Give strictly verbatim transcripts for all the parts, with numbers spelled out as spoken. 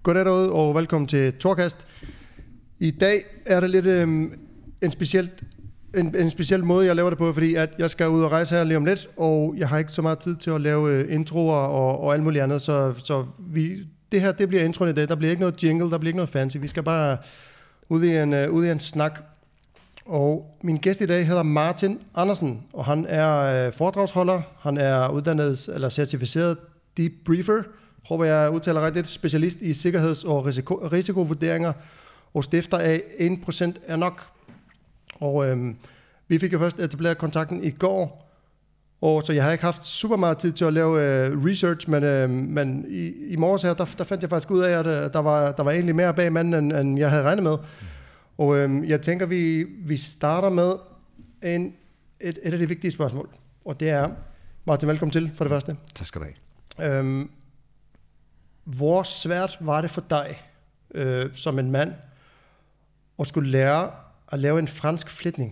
Goddag derude, og velkommen til Torkast. I dag er det lidt øhm, en, speciel, en, en speciel måde, jeg laver det på, fordi at jeg skal ud og rejse her lige om lidt, og jeg har ikke så meget tid til at lave øh, introer og, og alt muligt andet, så, så vi, det her det bliver introen i dag. Der bliver ikke noget jingle, der bliver ikke noget fancy. Vi skal bare ud i en, uh, ud i en snak. Og min gæst i dag hedder Martin Andersen, og han er øh, foredragsholder, han er uddannet eller certificeret debriefer, håber jeg udtaler rigtigt, specialist i sikkerheds- og risiko, risikovurderinger, og stifter af en procent er nok. Og øhm, vi fik jo først etableret kontakten i går, og så jeg har ikke haft super meget tid til at lave øh, research, men, øh, men i, i morges her, der, der fandt jeg faktisk ud af, at der var, der var egentlig mere bag manden, end, end jeg havde regnet med. Og øhm, jeg tænker, vi, vi starter med en, et, et af de vigtige spørgsmål, og det er, Martin, velkommen til for det første. Tak skal du have. Øhm, hvor svært var det for dig, øh, som en mand, at skulle lære at lave en fransk flætning?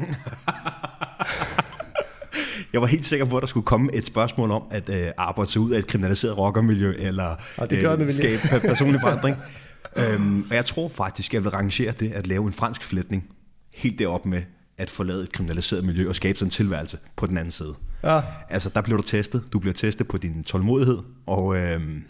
Jeg var helt sikker på, at der skulle komme et spørgsmål om at øh, arbejde sig ud af et kriminaliseret rockermiljø, eller øh, skabe personlig forandring. øhm, og jeg tror faktisk, jeg vil rangere det at lave en fransk flætning helt derop med at forlade et kriminaliseret miljø og skabe sådan en tilværelse på den anden side. Ja. Altså, der bliver du testet. Du bliver testet på din tålmodighed, og, øhm,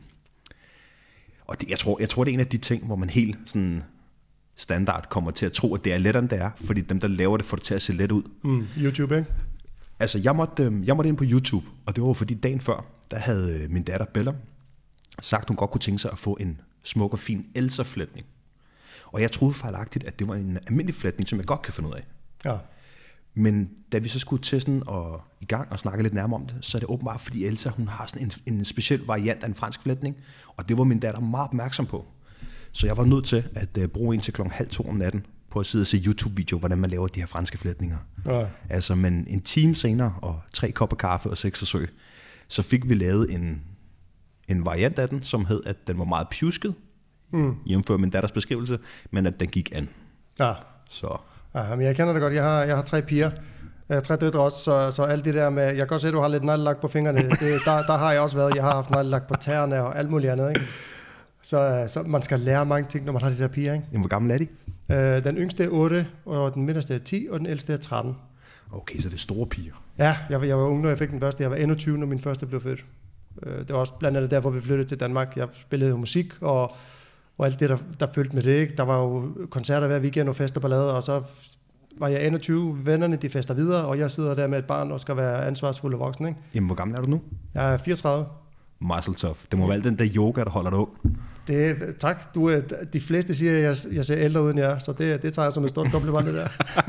og det, jeg, tror, jeg tror, det er en af de ting, hvor man helt sådan standard kommer til at tro, at det er lettere, end det er, fordi dem, der laver det, får det til at se let ud. Mm, YouTube, ikke? Altså, jeg måtte, jeg måtte ind på YouTube, og det var fordi dagen før, der havde min datter Bella sagt, hun godt kunne tænke sig at få en smuk og fin Elsa-flætning. Og jeg troede fejlagtigt, at det var en almindelig flætning, som jeg godt kan finde ud af. Ja. Men da vi så skulle til sådan og i gang og snakke lidt nærmere om det, så er det åbenbart, fordi Elsa, hun har sådan en, en speciel variant af en fransk flætning, og det var min datter meget opmærksom på. Så jeg var nødt til at uh, bruge en til klokken halv to om natten på at sidde og se YouTube-video, hvordan man laver de her franske flætninger. Ja. Altså, men en time senere og tre kopper kaffe og seks forsøg, så fik vi lavet en, en variant af den, som hed, at den var meget pjusket, mm. jævnfør min datters beskrivelse, men at den gik an. Ja. Så... Ja, men jeg kender det godt. Jeg har, jeg har tre piger, jeg har tre døtre også, så, så alt det der med, jeg kan godt se, at du har lidt neglelak på fingrene, det, der, der har jeg også været. Jeg har haft neglelak på tæerne og alt muligt andet, ikke? Så, så man skal lære mange ting, når man har de der piger, ikke? Jamen, hvor gammel er de? Øh, den yngste er otte, og den midterste er ti, og den ældste er tretten. Okay, så det er store piger. Ja, jeg, jeg var ung, når jeg fik den første. Jeg var enogtyve, når min første blev født. Øh, det var også blandt andet derfor, vi flyttede til Danmark. Jeg spillede jo musik, og og alt det, der, der følte med det, ikke? Der var jo koncerter hver weekend og fester ballade, og så var jeg enogtyve, vennerne de fester videre, og jeg sidder der med et barn og skal være ansvarsfuld og voksen, ikke? Jamen, hvor gammel er du nu? Jeg er fireogtredive. Muscle tough. Det må være alt den der yoga, der holder dig ung. Det, tak. Du, de fleste siger, at jeg, jeg ser ældre uden jer, så det, det tager jeg som et stort kompliment, det der.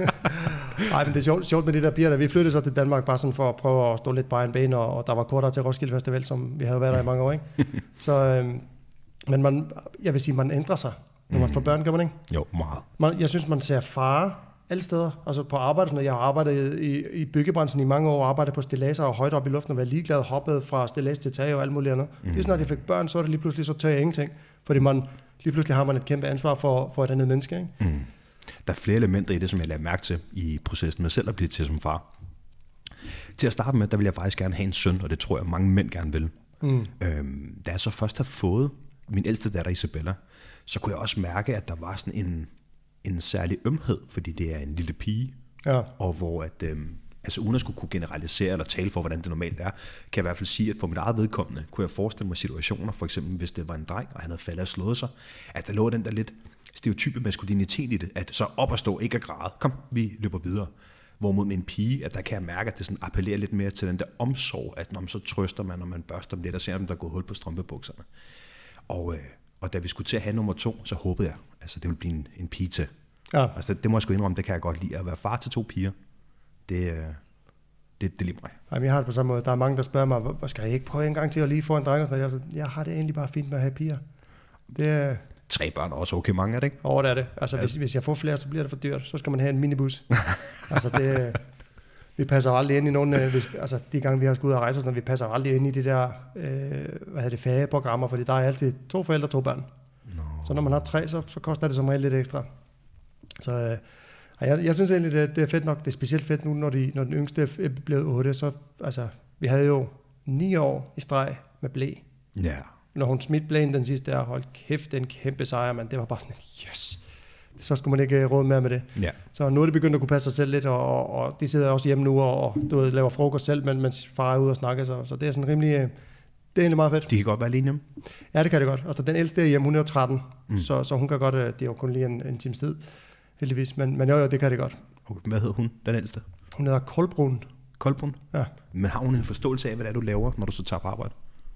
Nej, men det er sjovt, sjovt med de der piger, der vi flyttede så til Danmark, bare sådan for at prøve at stå lidt på egen ben, og, og der var kortere til Roskilde Festival, som vi havde været der i mange år, ikke? Så... Øhm, Men man, jeg vil sige, man ændrer sig, når man får børn, gør man ikke? Jo, meget. Man, jeg synes, man ser fare alle steder. Altså på arbejde, når jeg har arbejdet i, i byggebranchen i mange år, arbejdet på stilladser og højt op i luften, og været ligeglad, hoppet fra stillads til tag og alt muligt andet. Mm. Det er sådan, at jeg fik børn, så er det lige pludselig, så tør jeg ingenting. Fordi man, lige pludselig har man et kæmpe ansvar for, for et andet menneske, ikke? Mm. Der er flere elementer i det, som jeg lader mærke til i processen med selv at blive til som far. Til at starte med, der vil jeg faktisk gerne have en søn, og det tror jeg, mange mænd gerne vil. Mm. Øhm, da jeg så først har fået min ældste datter Isabella, så kunne jeg også mærke, at der var sådan en, en særlig ømhed, fordi det er en lille pige, ja. Og hvor at, øhm, altså uden at skulle kunne generalisere eller tale for, hvordan det normalt er, kan jeg i hvert fald sige, at for mit eget vedkommende, kunne jeg forestille mig situationer, for eksempel hvis det var en dreng, og han havde faldet og slået sig, at der lå den der lidt stereotype maskulinitet i det, at så op og stå, ikke at græde, kom, vi løber videre. Hvorimod med en pige, at der kan jeg mærke, at det sådan appellerer lidt mere til den der omsorg, at når man så trøster man, når man børster dem lidt, og ser dem, der går hul på strømpebukserne. Og, øh, og da vi skulle til at have nummer to, så håbede jeg, altså det ville blive en, en pige til. Ja. Altså det må jeg sgu indrømme, det kan jeg godt lide. At være far til to piger, det, øh, det, det liber mig. Jamen, jeg har det på samme måde. Der er mange, der spørger mig, hvor skal jeg ikke prøve en gang til at lige få en dreng? Og jeg, jeg har det egentlig bare fint med at have piger. Det, Tre børn er også okay mange, er det ikke? Over det er det. Altså, altså. Hvis, hvis jeg får flere, så bliver det for dyrt. Så skal man have en minibus. altså det... Vi passer aldrig ind i nogen, øh, hvis, altså de gange vi har skudt og rejser, så vi passer aldrig ind i de der, øh, hvad hedder det, ferieprogrammer, fordi der er altid to forældre og to børn. No. Så når man har tre, så, så koster det som regel lidt ekstra. Så øh, jeg, jeg synes egentlig, det, det er fedt nok, det er specielt fedt nu, når, de, når den yngste er blevet otte, så altså, vi havde jo ni år i streg med blæ. Ja. når hun smidt blæen den sidste der, hold kæft, det er en kæmpe sejr, men det var bare sådan, yes, så skulle man ikke råde mere med det. Ja. Så nu er det begyndt at kunne passe sig selv lidt, og, og, og de sidder også hjemme nu, og, og du ved, laver frokost selv, men, mens far er ude og snakke, så, så det er sådan rimelig, det er egentlig meget fedt. De kan godt være alene hjemme? Ja, det kan det godt. Altså den ældste er hjemme, hun er jo tretten, mm. så, så hun kan godt, det er jo kun lige en, en times tid, heldigvis, men, men jo, jo, det kan det godt. Okay, hvad hedder hun, den ældste? Hun hedder Kolbrun. Kolbrun? Ja. Men har hun en forståelse af, hvad det er, du laver, når du så tager på arbejde?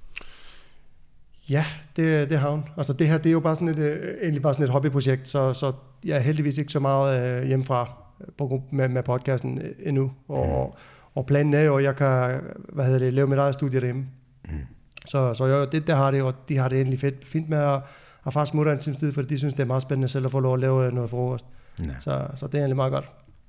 Ja, det, det har hun. Altså det her, det er jo bare sådan et, øh, egentlig bare sådan et hobbyprojekt, så, så jeg er heldigvis ikke så meget øh, hjemmefra på, med, med podcasten endnu. Og, mm. og planen er jo, at jeg kan, hvad hedder det, lave mit eget studie derhjemme. Mm. Så, så jo, det der har det, og de har det egentlig fedt, fint med at, at far smutter en times tid, fordi de synes, det er meget spændende selv at få lov at lave noget frokost. Mm. Så, så det er egentlig meget godt.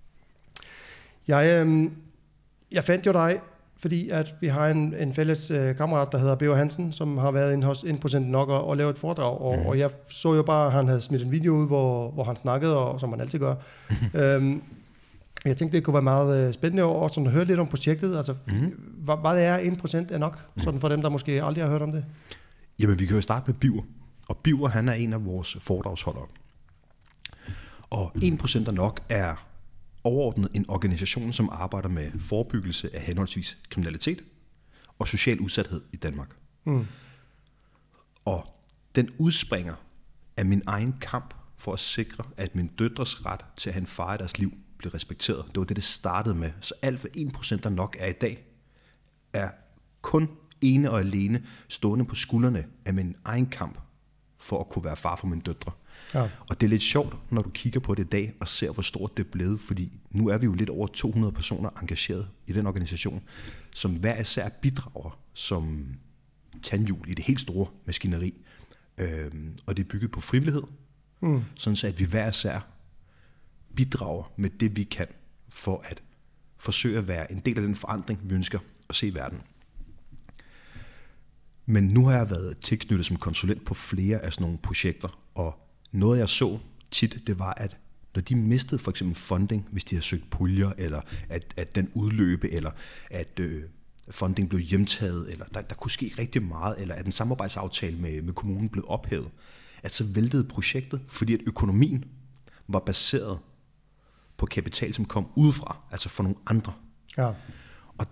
Jeg, øh, jeg fandt jo dig, fordi at vi har en, en fælles øh, kammerat, der hedder Beo Hansen, som har været inde hos en procent nok og, og lavet et foredrag. Og, mm. og jeg så jo bare, at han havde smidt en video ud, hvor, hvor han snakkede, og, som han altid gør. øhm, jeg tænkte, det kunne være meget øh, spændende og sådan at høre lidt om projektet. Altså, mm. hvad, hvad er en procent af nok? Sådan for dem, der måske aldrig har hørt om det. Jamen, vi kan jo starte med Biver. Og Biver, han er en af vores foredragsholdere. Og en procent af nok er overordnet en organisation, som arbejder med forebyggelse af henholdsvis kriminalitet og social udsathed i Danmark. Mm. Og den udspringer af min egen kamp for at sikre, at min døtres ret til at have en far i deres liv bliver respekteret. Det var det, det startede med. Så alt, hvad en procent af nok er i dag, er kun ene og alene stående på skuldrene af min egen kamp for at kunne være far for mine døtre. Ja. Og det er lidt sjovt, når du kigger på det i dag og ser, hvor stort det er blevet, fordi nu er vi jo lidt over to hundrede personer engageret i den organisation, som hver især bidrager som tandhjul i det helt store maskineri. Øhm, og det er bygget på frivillighed, mm. sådan så at vi hver især bidrager med det, vi kan, for at forsøge at være en del af den forandring, vi ønsker at se i verden. Men nu har jeg været tilknyttet som konsulent på flere af sådan nogle projekter, og noget jeg så tit, det var, at når de mistede for eksempel funding, hvis de havde søgt puljer, eller at, at den udløbe, eller at øh, funding blev hjemtaget, eller der, der kunne ske rigtig meget, eller at en samarbejdsaftale med, med kommunen blev ophævet, at så væltede projektet, fordi at økonomien var baseret på kapital, som kom udefra, altså fra nogle andre. Ja. Og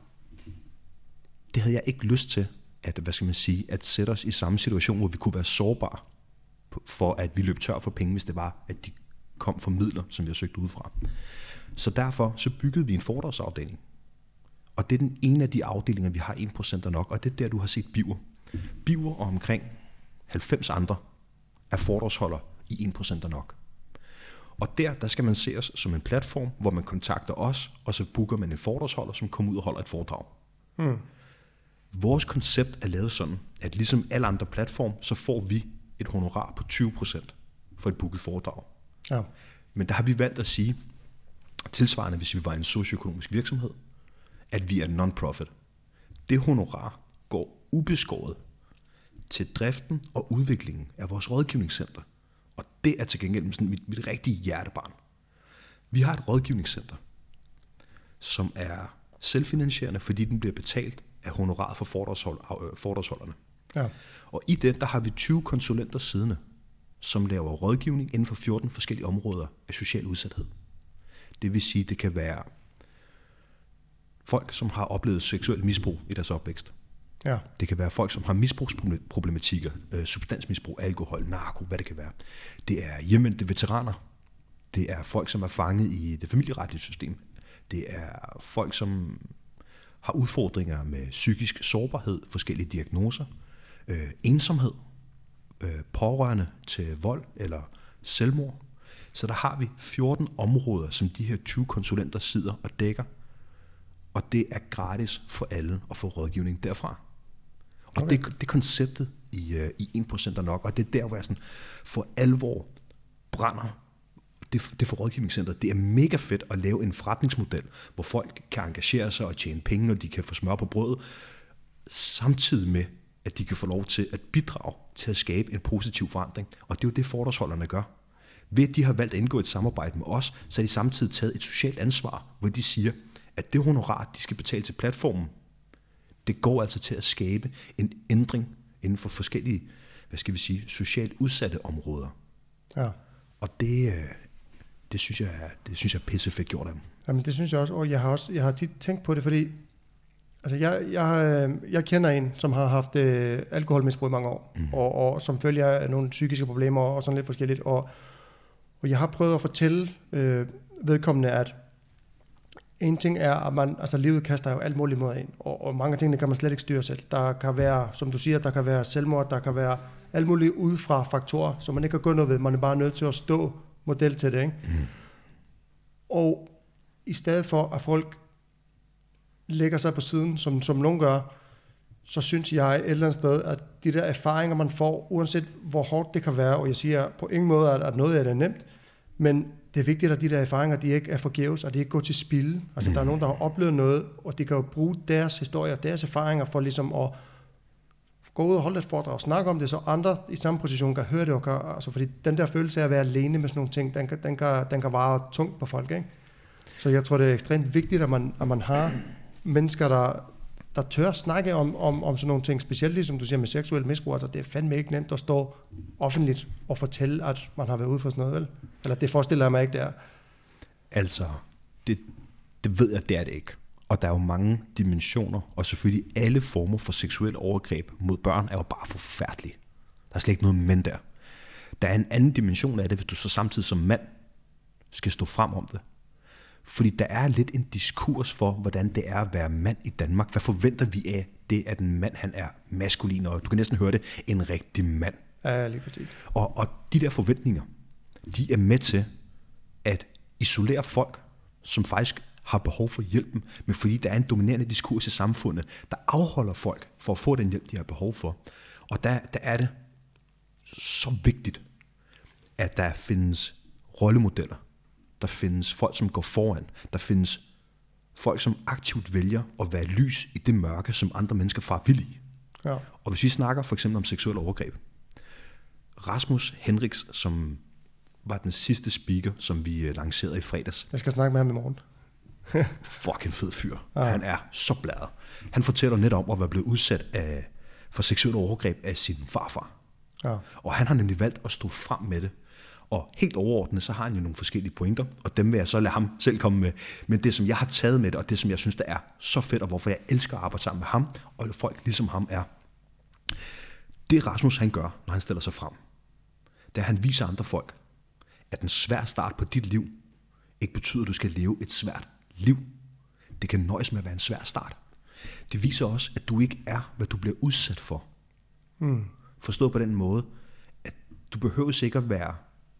det havde jeg ikke lyst til, at, hvad skal man sige, at sætte os i samme situation, hvor vi kunne være sårbare, for at vi løb tør for penge, hvis det var, at de kom fra midler, som vi har søgt udefra. Så derfor så byggede vi en foredragsafdeling. Og det er den ene af de afdelinger, vi har en procent af nok, og det er der, du har set Biver. Biver og omkring halvfems andre er foredragsholder i en procent af nok. Og der, der skal man se os som en platform, hvor man kontakter os, og så booker man en foredragsholder, som kommer ud og holder et foredrag. Hmm. Vores koncept er lavet sådan, at ligesom alle andre platform, så får vi et honorar på tyve procent for et booket foredrag. Ja. Men der har vi valgt at sige, tilsvarende hvis vi var en socioøkonomisk virksomhed, at vi er non-profit. Det honorar går ubeskåret til driften og udviklingen af vores rådgivningscenter. Og det er til gengæld sådan mit, mit rigtige hjertebarn. Vi har et rådgivningscenter, som er selvfinansierende, fordi den bliver betalt af honoraret for foredragshold, foredragsholderne. Ja. Og i den, der har vi tyve konsulenter siddende, som laver rådgivning inden for fjorten forskellige områder af social udsathed. Det vil sige, det kan være folk, som har oplevet seksuel misbrug i deres opvækst. Ja. Det kan være folk, som har misbrugsproblematikker, øh, substansmisbrug, alkohol, narko, hvad det kan være. Det er hjemvendte veteraner. Det er folk, som er fanget i det familieretlige system. Det er folk, som har udfordringer med psykisk sårbarhed, forskellige diagnoser, øh, ensomhed, øh, pårørende til vold eller selvmord. Så der har vi fjorten områder, som de her tyve konsulenter sidder og dækker. Og det er gratis for alle at få rådgivning derfra. Og okay. det, det er konceptet i, uh, i en procent af nok, og det er der, hvor jeg sådan for alvor brænder det, det for rådgivningscenteret. Det er mega fedt at lave en forretningsmodel, hvor folk kan engagere sig og tjene penge, og de kan få smør på brødet, samtidig med, at de kan få lov til at bidrage til at skabe en positiv forandring. Og det er jo det, foredragsholderne gør. Ved at de har valgt at indgå et samarbejde med os, så har de samtidig taget et socialt ansvar, hvor de siger, at det honorar, de skal betale til platformen, det går altså til at skabe en ændring, inden for forskellige, hvad skal vi sige, socialt udsatte områder. Ja. Og det, det synes jeg er, det synes jeg er pissefedt gjort af dem. Jamen det synes jeg også, og jeg har også jeg har tit tænkt på det, fordi altså jeg, jeg, jeg kender en, som har haft øh, alkoholmisbrug i mange år, mm. og, og som følger af nogle psykiske problemer og sådan lidt forskelligt, og, og jeg har prøvet at fortælle øh, vedkommende, at en ting er, at man, altså livet kaster jo alt muligt mod en, og, og mange af tingene kan man slet ikke styre selv. Der kan være, som du siger, der kan være selvmord, der kan være alt muligt udefra faktorer, som man ikke kan gå noget ved, man er bare nødt til at stå model til det, ikke? Mm. Og i stedet for, at folk lægger sig på siden, som, som nogen gør, så synes jeg et eller andet sted, at de der erfaringer, man får, uanset hvor hårdt det kan være, og jeg siger på ingen måde, at, at noget af det er nemt, men det er vigtigt, at de der erfaringer, de ikke er forgæves, og de ikke går til spilde. Altså, mm. der er nogen, der har oplevet noget, og de kan jo bruge deres historier, deres erfaringer, for ligesom at gå ud og holde et foredrag og snakke om det, så andre i samme position kan høre det, og kan, altså, fordi den der følelse af at være alene med sådan nogle ting, den kan, den kan, den kan vare tungt på folk, ikke? Så jeg tror, det er ekstremt vigtigt, at man, at man har mennesker, der, der tør snakke om, om, om sådan nogle ting, specielt ligesom du siger med seksuel misbrug. Altså, det er fandme ikke nemt at stå offentligt og fortælle, at man har været ude for sådan noget, vel? Eller det forestiller jeg mig ikke, det er. Altså, det, det ved jeg, det er det ikke. Og der er jo mange dimensioner, og selvfølgelig alle former for seksuel overgreb mod børn er jo bare forfærdelige. Der er slet ikke noget men der. Der er en anden dimension af det, hvis du så samtidig som mand skal stå frem om det. Fordi der er lidt en diskurs for, hvordan det er at være mand i Danmark. Hvad forventer vi af det, at en mand han er maskulin, og du kan næsten høre det, en rigtig mand. Ja, lige præcis. Og, og de der forventninger, de er med til at isolere folk, som faktisk har behov for hjælpen, men fordi der er en dominerende diskurs i samfundet, der afholder folk for at få den hjælp, de har behov for. Og der, der er det så vigtigt, at der findes rollemodeller. Der findes folk, som går foran. Der findes folk, som aktivt vælger at være lys i det mørke, som andre mennesker far vil i. Ja. Og hvis vi snakker for eksempel om seksuel overgreb. Rasmus Henriks, som var den sidste speaker, som vi lancerede i fredags. Jeg skal snakke med ham i morgen. Fucking fed fyr. Ja. Han er så bladet. Han fortæller net om at være blevet udsat af, for seksuel overgreb af sin farfar. Ja. Og han har nemlig valgt at stå frem med det. Og helt overordnet, så har han jo nogle forskellige pointer, og dem vil jeg så lade ham selv komme med. Men det, som jeg har taget med det, og det, som jeg synes, der er så fedt, og hvorfor jeg elsker at arbejde sammen med ham, og folk ligesom ham er, det Rasmus han gør, når han stiller sig frem, det er, at han viser andre folk, at en svær start på dit liv ikke betyder, at du skal leve et svært liv. Det kan nøjes med at være en svær start. Det viser også, at du ikke er, hvad du bliver udsat for. Mm. Forstået på den måde, at du behøver ikke at være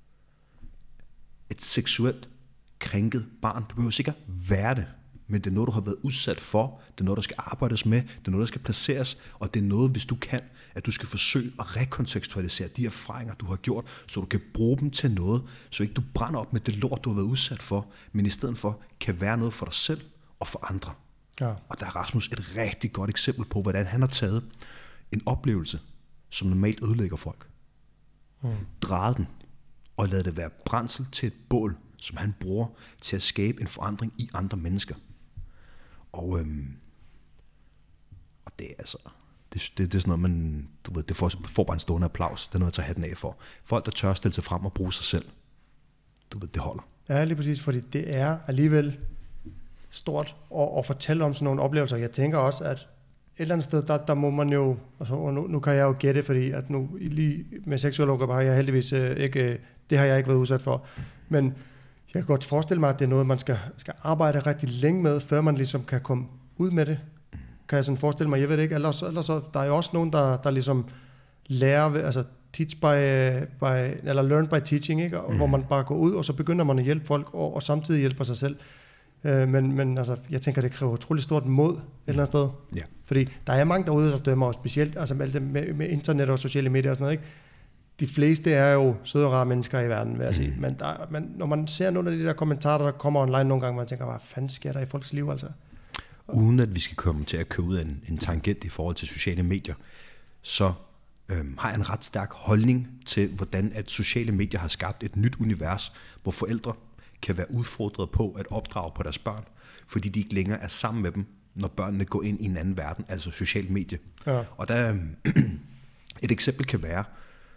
et seksuelt krænket barn. Du behøver sikkert være det, men det er noget, du har været udsat for. Det er noget, der skal arbejdes med. Det er noget, der skal placeres. Og det er noget, hvis du kan, at du skal forsøge at rekontekstualisere de erfaringer, du har gjort, så du kan bruge dem til noget, så ikke du brænder op med det lort, du har været udsat for, men i stedet for kan være noget for dig selv og for andre. Ja. Og der er Rasmus et rigtig godt eksempel på, hvordan han har taget en oplevelse, som normalt ødelægger folk. Mm. Drejet den og lade det være brændsel til et bål, som han bruger til at skabe en forandring i andre mennesker. Og, øhm, og det er altså, det, det, det er sådan noget, man, du ved, det får, får bare en stående applaus. Det er noget at tage hatten af for. Folk, der tør at stille sig frem og bruge sig selv, du ved, det holder. Ja, lige præcis, fordi det er alligevel stort at, at fortælle om sådan nogle oplevelser. Jeg tænker også, at et eller andet sted, der, der må man jo, altså, og nu, nu kan jeg jo gætte, fordi at nu lige med seksuel overgreb har jeg heldigvis øh, ikke, det har jeg ikke været udsat for, men jeg kan godt forestille mig, at det er noget, man skal, skal arbejde rigtig længe med, før man ligesom kan komme ud med det. Kan jeg sådan forestille mig, jeg ved det ikke, ellers, ellers så, der er jo også nogen, der, der ligesom lærer, altså teach by, by, eller learn by teaching, ikke? Mm. Hvor man bare går ud, og så begynder man at hjælpe folk, og, og samtidig hjælper sig selv. Øh, men, men altså, jeg tænker, det kræver utrolig stort mod et eller andet sted. Ja. Fordi der er mange derude, der dømmer, og specielt altså med, med, med internet og sociale medier og sådan noget, ikke? De fleste er jo søde og rare mennesker i verden, vil jeg sige. Mm. Men, der, men når man ser nogle af de der kommentarer, der kommer online nogle gange, man tænker, hvad fanden sker der i folks liv, altså? Uden at vi skal komme til at købe ud af en, en tangent i forhold til sociale medier, så øhm, har jeg en ret stærk holdning til, hvordan at sociale medier har skabt et nyt univers, hvor forældre kan være udfordret på at opdrage på deres børn, fordi de ikke længere er sammen med dem, når børnene går ind i en anden verden, altså sociale medier. Ja. Og der, Et eksempel kan være,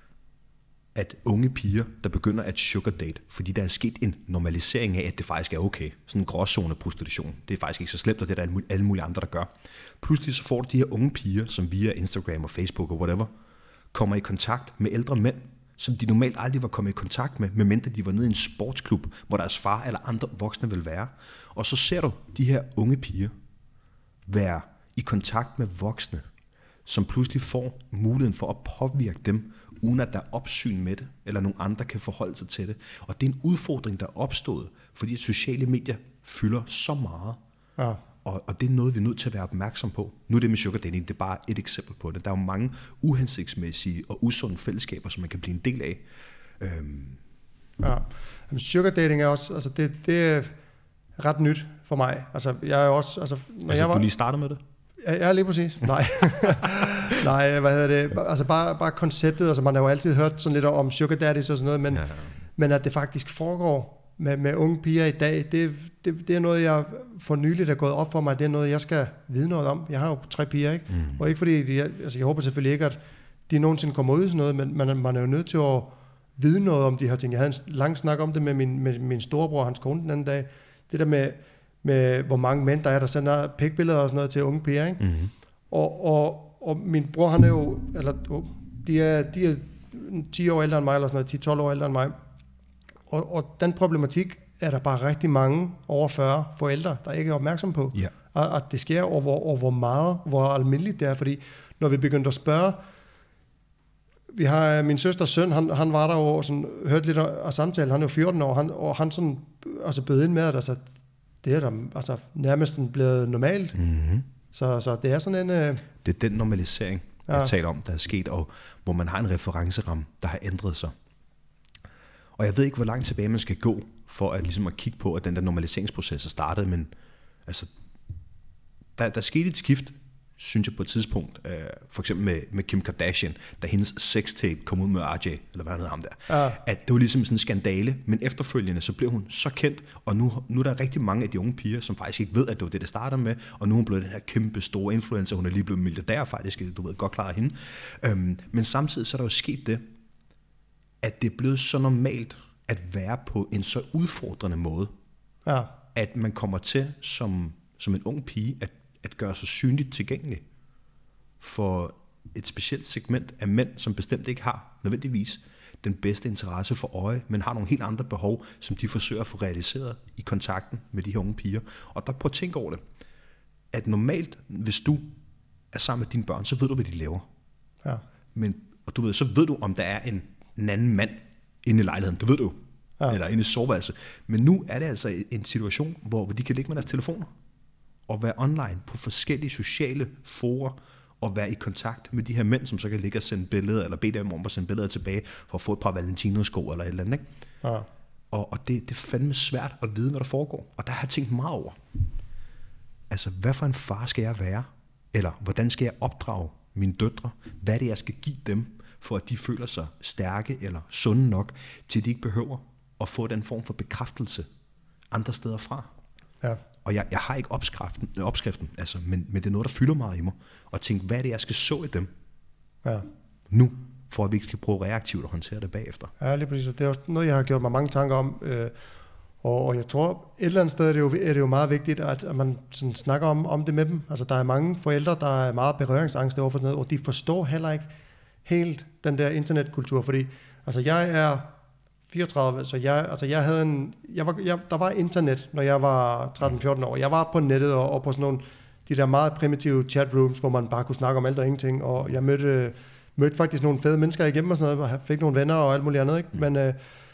at unge piger, der begynder at sugar date, fordi der er sket en normalisering af, at det faktisk er okay. Sådan en gråzone prostitution. Det er faktisk ikke så slemt, og det er der alle mulige andre, der gør. Pludselig så får du de her unge piger, som via Instagram og Facebook og whatever, kommer i kontakt med ældre mænd, som de normalt aldrig var kommet i kontakt med, medmindre de var nede i en sportsklub, hvor deres far eller andre voksne vil være. Og så ser du de her unge piger være i kontakt med voksne, som pludselig får muligheden for at påvirke dem, uden at der er opsyn med det, eller nogen andre kan forholde sig til det. Og det er en udfordring, der er opstået, fordi sociale medier fylder så meget. Ja. Og, og det er noget, vi er nødt til at være opmærksom på. Nu er det med sugar dating, det er bare et eksempel på det. Der er jo mange uhensigtsmæssige og usunde fællesskaber, som man kan blive en del af. Øhm. Ja, men sugar dating er også, altså det, det er ret nyt for mig. Altså jeg er også, altså, når altså jeg var, du lige startede med det? Ja, ja, lige præcis. Nej, nej, hvad hedder det? Altså bare, bare konceptet, altså man har jo altid hørt sådan lidt om sugar daddies og sådan noget, men, ja. men at det faktisk foregår med, med unge piger i dag, det, det, det er noget, jeg for nyligt er gået op for mig, det er noget, jeg skal vide noget om. Jeg har jo tre piger, ikke? Mm. Og ikke fordi, de, altså jeg håber selvfølgelig ikke, at de nogensinde kommer ud i sådan noget, men man, man er jo nødt til at vide noget om de her ting. Jeg havde en lang snak om det med min, med min storebror og hans kone den anden dag. Det der med, med hvor mange mænd der er, der sender pikbilleder og sådan noget til unge piger, ikke? Mm-hmm. Og, og, og min bror, han er jo, eller de er, de er ti år ældre end mig, eller sådan noget, ti tolv år ældre end mig. Og, og den problematik er der bare rigtig mange over fyrre forældre, der ikke er opmærksom på. Yeah. Og, og det sker over, over hvor meget, hvor almindeligt det er, fordi når vi begyndte at spørge, vi har min søsters søn, han, han var der og sådan, hørte lidt af samtalen, han er jo fjorten år, han, og han sådan, altså bød ind med, at altså, det er der altså, nærmest blevet normalt. Mm-hmm. Så, så det er sådan en... Uh... Det er den normalisering, ja. jeg taler om, der er sket, og hvor man har en referenceramme, der har ændret sig. Og jeg ved ikke, hvor langt tilbage man skal gå, for at, ligesom at kigge på, at den der normaliseringsproces er startet, men altså, der, der skete et skift, synes jeg på et tidspunkt, øh, for eksempel med, med Kim Kardashian, da hendes sextape kom ud med R J, eller hvad han hedder ham der, ja. At det var ligesom sådan en skandale, men efterfølgende så blev hun så kendt, og nu, nu er der rigtig mange af de unge piger, som faktisk ikke ved, at det var det, det startede med, og nu er hun blevet den her kæmpe store influencer, hun er lige blevet milliardær faktisk, du ved godt klar af hende, øhm, men samtidig så er der jo sket det, at det er blevet så normalt at være på en så udfordrende måde, ja. At man kommer til som, som en ung pige, at at gøre sig synligt tilgængelig for et specielt segment af mænd, som bestemt ikke har nødvendigvis den bedste interesse for øje, men har nogle helt andre behov, som de forsøger at få realiseret i kontakten med de her unge piger. Og der prøv at tænke over det, at normalt, hvis du er sammen med dine børn, så ved du, hvad de laver. Ja. Men, og du ved, så ved du, om der er en, en anden mand inde i lejligheden. Det ved du. Ja. Eller inde i soveværelset. Men nu er det altså en situation, hvor de kan ligge med deres telefoner og være online på forskellige sociale forer, og være i kontakt med de her mænd, som så kan ligge og sende billeder, eller bede dem om at sende billeder tilbage, for at få et par Valentino-sko eller et eller andet. Ikke? Ja. Og, og det, det er fandme svært at vide, hvad der foregår. Og der har jeg tænkt meget over. Altså, hvad for en far skal jeg være? Eller hvordan skal jeg opdrage mine døtre? Hvad er det, jeg skal give dem, for at de føler sig stærke eller sunde nok, til de ikke behøver at få den form for bekræftelse andre steder fra? Ja. Og jeg, jeg har ikke opskriften, opskriften altså, men, men det er noget, der fylder meget i mig. Og tænke, hvad er det, jeg skal så i dem ja. Nu, for at vi ikke skal prøve reaktivt at håndtere det bagefter. Ja, lige præcis. Det er også noget, jeg har gjort mig mange tanker om. Øh, og, og jeg tror, et eller andet sted er det jo, er det jo meget vigtigt, at, at man sådan snakker om, om det med dem. Altså, der er mange forældre, der er meget berøringsangste overfor sådan noget, og de forstår heller ikke helt den der internetkultur. Fordi altså, jeg er fireogtredive, så jeg, altså jeg havde en, jeg var, jeg, der var internet, når jeg var tretten fjorten år. Jeg var på nettet og, og på sådan nogle, de der meget primitive chatrooms, hvor man bare kunne snakke om alt og ingenting, og jeg mødte, mødte faktisk nogle fede mennesker igennem og sådan noget, og fik nogle venner og alt muligt andet, ikke? Men øh,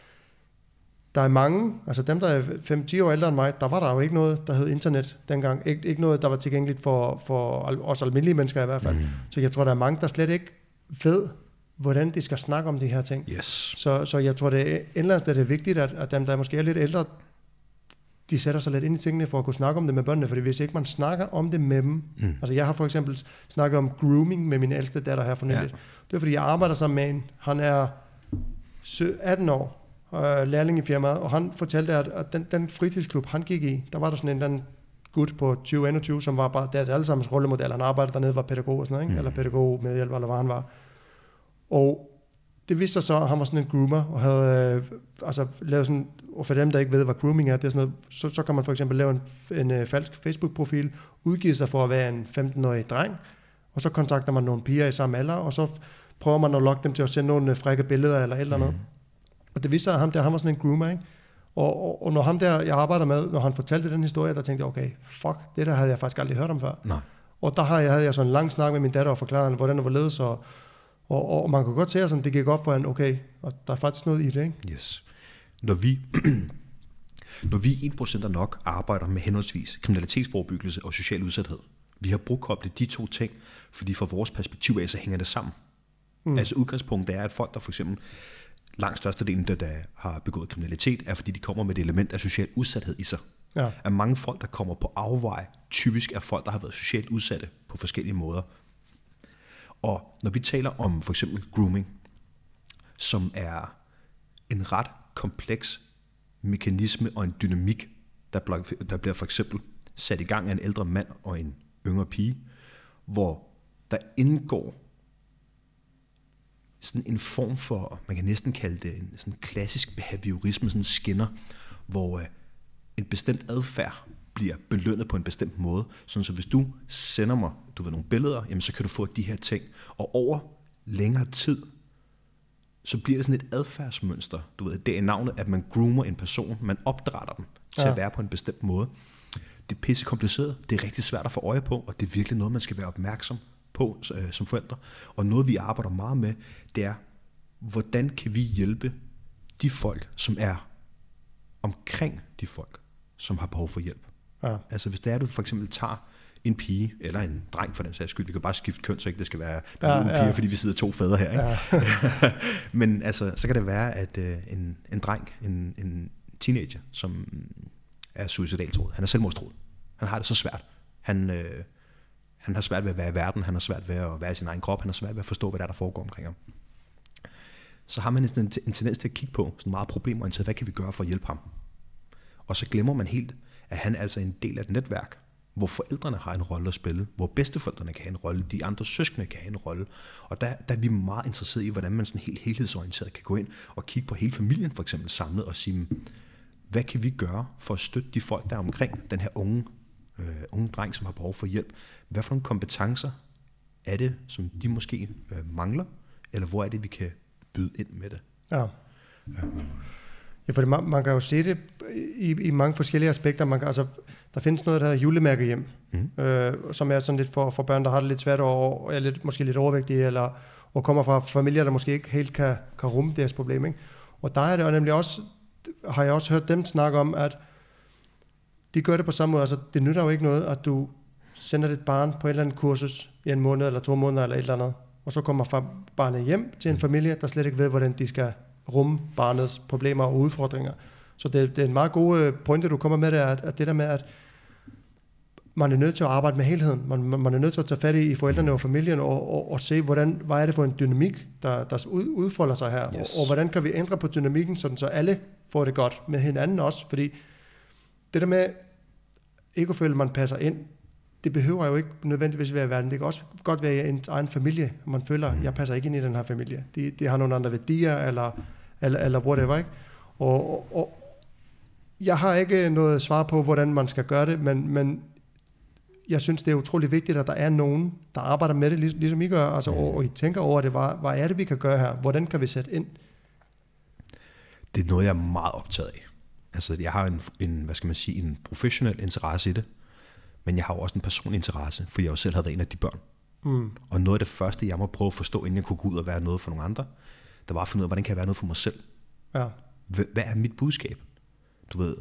der er mange, altså dem, der er fem til ti år ældre end mig, der var der jo ikke noget, der hed internet dengang. Ik- ikke noget, der var tilgængeligt for, for os almindelige mennesker i hvert fald. Mm. Så jeg tror, der er mange, der slet ikke ved, hvordan de skal snakke om de her ting. Yes. Så, så jeg tror, det er endelig er det vigtigt, at, at dem, der måske er lidt ældre, de sætter sig lidt ind i tingene for at kunne snakke om det med børnene, fordi hvis ikke man snakker om det med dem, mm. altså jeg har for eksempel snakket om grooming med min ældste datter her for nylig. Ja. Det er fordi, jeg arbejder sammen med en, han er atten år, øh, lærling i firmaet, og han fortalte, at, at den, den fritidsklub, han gik i, der var der sådan en den gut på tyve enogtyve, som var bare deres allesammens rollemodel. Han arbejdede dernede, var pædagog og sådan noget, ikke? Mm. Eller pædagog medhjælper, eller hvad han var. Og det viste sig så, at han var sådan en groomer, og havde øh, altså lavet sådan, og for dem, der ikke ved, hvad grooming er, det er sådan noget, så, så kan man for eksempel lave en, en øh, falsk Facebook-profil, udgive sig for at være en femten-årig dreng, og så kontakter man nogle piger i samme alder, og så prøver man at lokke dem til at sende nogle frække billeder eller et eller andet. Mm. Og det viste sig, at ham der, han var sådan en groomer, ikke? Og, og, og når ham der, jeg arbejder med, når han fortalte den historie, der tænkte jeg, okay, fuck, det der havde jeg faktisk aldrig hørt om før. Nej. Og der havde jeg, havde jeg sådan en lang snak med min datter og forklaret hende, hvordan det var ledes, og, og, og man kunne godt se, at det gik op for hende, okay, og der er faktisk noget i det, ikke? Yes. Når vi, når vi en procent nok arbejder med henholdsvis kriminalitetsforebyggelse og social udsathed, vi har brugkoblet de to ting, fordi fra vores perspektiv af, så hænger det sammen. Mm. Altså udgangspunktet er, at folk, der for eksempel langt størstedelen, der, der har begået kriminalitet, er fordi de kommer med et element af social udsathed i sig. Ja. At mange folk, der kommer på afvej, typisk er folk, der har været socialt udsatte på forskellige måder. Og når vi taler om for eksempel grooming, som er en ret kompleks mekanisme og en dynamik, der bliver, der bliver for eksempel sat i gang af en ældre mand og en yngre pige, hvor der indgår sådan en form for, man kan næsten kalde det en sådan klassisk behaviorisme, sådan skinner, hvor øh, en bestemt adfærd bliver belønnet på en bestemt måde. Sådan så hvis du sender mig, du ved, nogle billeder, jamen så kan du få de her ting. Og over længere tid, så bliver det sådan et adfærdsmønster. Du ved, det er navnet, at man groomer en person, man opdrætter dem til ja. at være på en bestemt måde. Det er pisse kompliceret, det er rigtig svært at få øje på, og det er virkelig noget, man skal være opmærksom på øh, som forældre. Og noget, vi arbejder meget med, det er, hvordan kan vi hjælpe de folk, som er omkring de folk, som har behov for hjælp. Ja. Altså hvis det er, du for eksempel tager en pige, eller en dreng for den sags skyld, vi kan bare skifte køn, så ikke det skal være, der er ja, nogle piger, ja. fordi vi sidder to fædre her. Ikke? Ja. Men altså, så kan det være, at øh, en, en dreng, en, en teenager, som er suicidaltroet, han er selvmordstroet. Han har det så svært. Han, øh, han har svært ved at være i verden, han har svært ved at være i sin egen krop, han har svært ved at forstå, hvad der, er, der foregår omkring ham. Så har man en, en tendens til at kigge på sådan meget problemorienteret, hvad kan vi gøre for at hjælpe ham? Og så glemmer man helt, at han er altså en del af et netværk, hvor forældrene har en rolle at spille, hvor bedsteforældrene kan have en rolle, de andre søskende kan have en rolle. Og der, der er vi meget interesseret i, hvordan man sådan helt helhedsorienteret kan gå ind og kigge på hele familien for eksempel samlet og sige, hvad kan vi gøre for at støtte de folk, der er omkring den her unge, øh, unge dreng, som har behov for hjælp? Hvad for nogle kompetencer er det, som de måske øh, mangler, eller hvor er det, vi kan byde ind med det? Ja. Um. Ja, for man, man kan jo se det i, i mange forskellige aspekter. Man kan, altså, der findes noget, der hedder julemærkehjem, mm. øh, som er sådan lidt for, for børn, der har det lidt svært, og, og er lidt, måske lidt overvægtige, eller og kommer fra familier, der måske ikke helt kan, kan rumme deres problem. Ikke? Og der er det jo nemlig også, har jeg også hørt dem snakke om, at de gør det på samme måde. Altså, det nytter jo ikke noget, at du sender dit barn på et eller andet kursus i en måned, eller to måneder, eller et eller andet, og så kommer barnet hjem til en familie, der slet ikke ved, hvordan de skal rumme barnets problemer og udfordringer. Så det, det er en meget god pointe, du kommer med der, at, at det der med, at man er nødt til at arbejde med helheden. Man, man er nødt til at tage fat i forældrene og familien og, og, og se, hvordan, hvad er det for en dynamik, der, der udfolder sig her. Yes. Og, og hvordan kan vi ændre på dynamikken, sådan så alle får det godt med hinanden også. Fordi det der med ikke at føle, at man passer ind, det behøver jo ikke nødvendigvis være i verden. Det kan også godt være i ens egen familie, og man føler, at jeg passer ikke ind i den her familie. De, de har nogle andre værdier, eller, eller, eller whatever, ikke? Og, og, og jeg har ikke noget svar på, hvordan man skal gøre det, men, men jeg synes, det er utrolig vigtigt, at der er nogen, der arbejder med det, ligesom I gør, altså, og, og I tænker over det, hvad, hvad er det, vi kan gøre her? Hvordan kan vi sætte ind? Det er noget, jeg er meget optaget af. Altså, jeg har en, en hvad skal man sige, en professionel interesse i det, men jeg har jo også en personlig interesse, fordi jeg jo selv havde været en af de børn. Mm. Og noget af det første, jeg må prøve at forstå, inden jeg kunne gå ud og være noget for nogle andre, der var at finde ud af, hvordan kan jeg være noget for mig selv? Ja. Hvad er mit budskab? Du ved,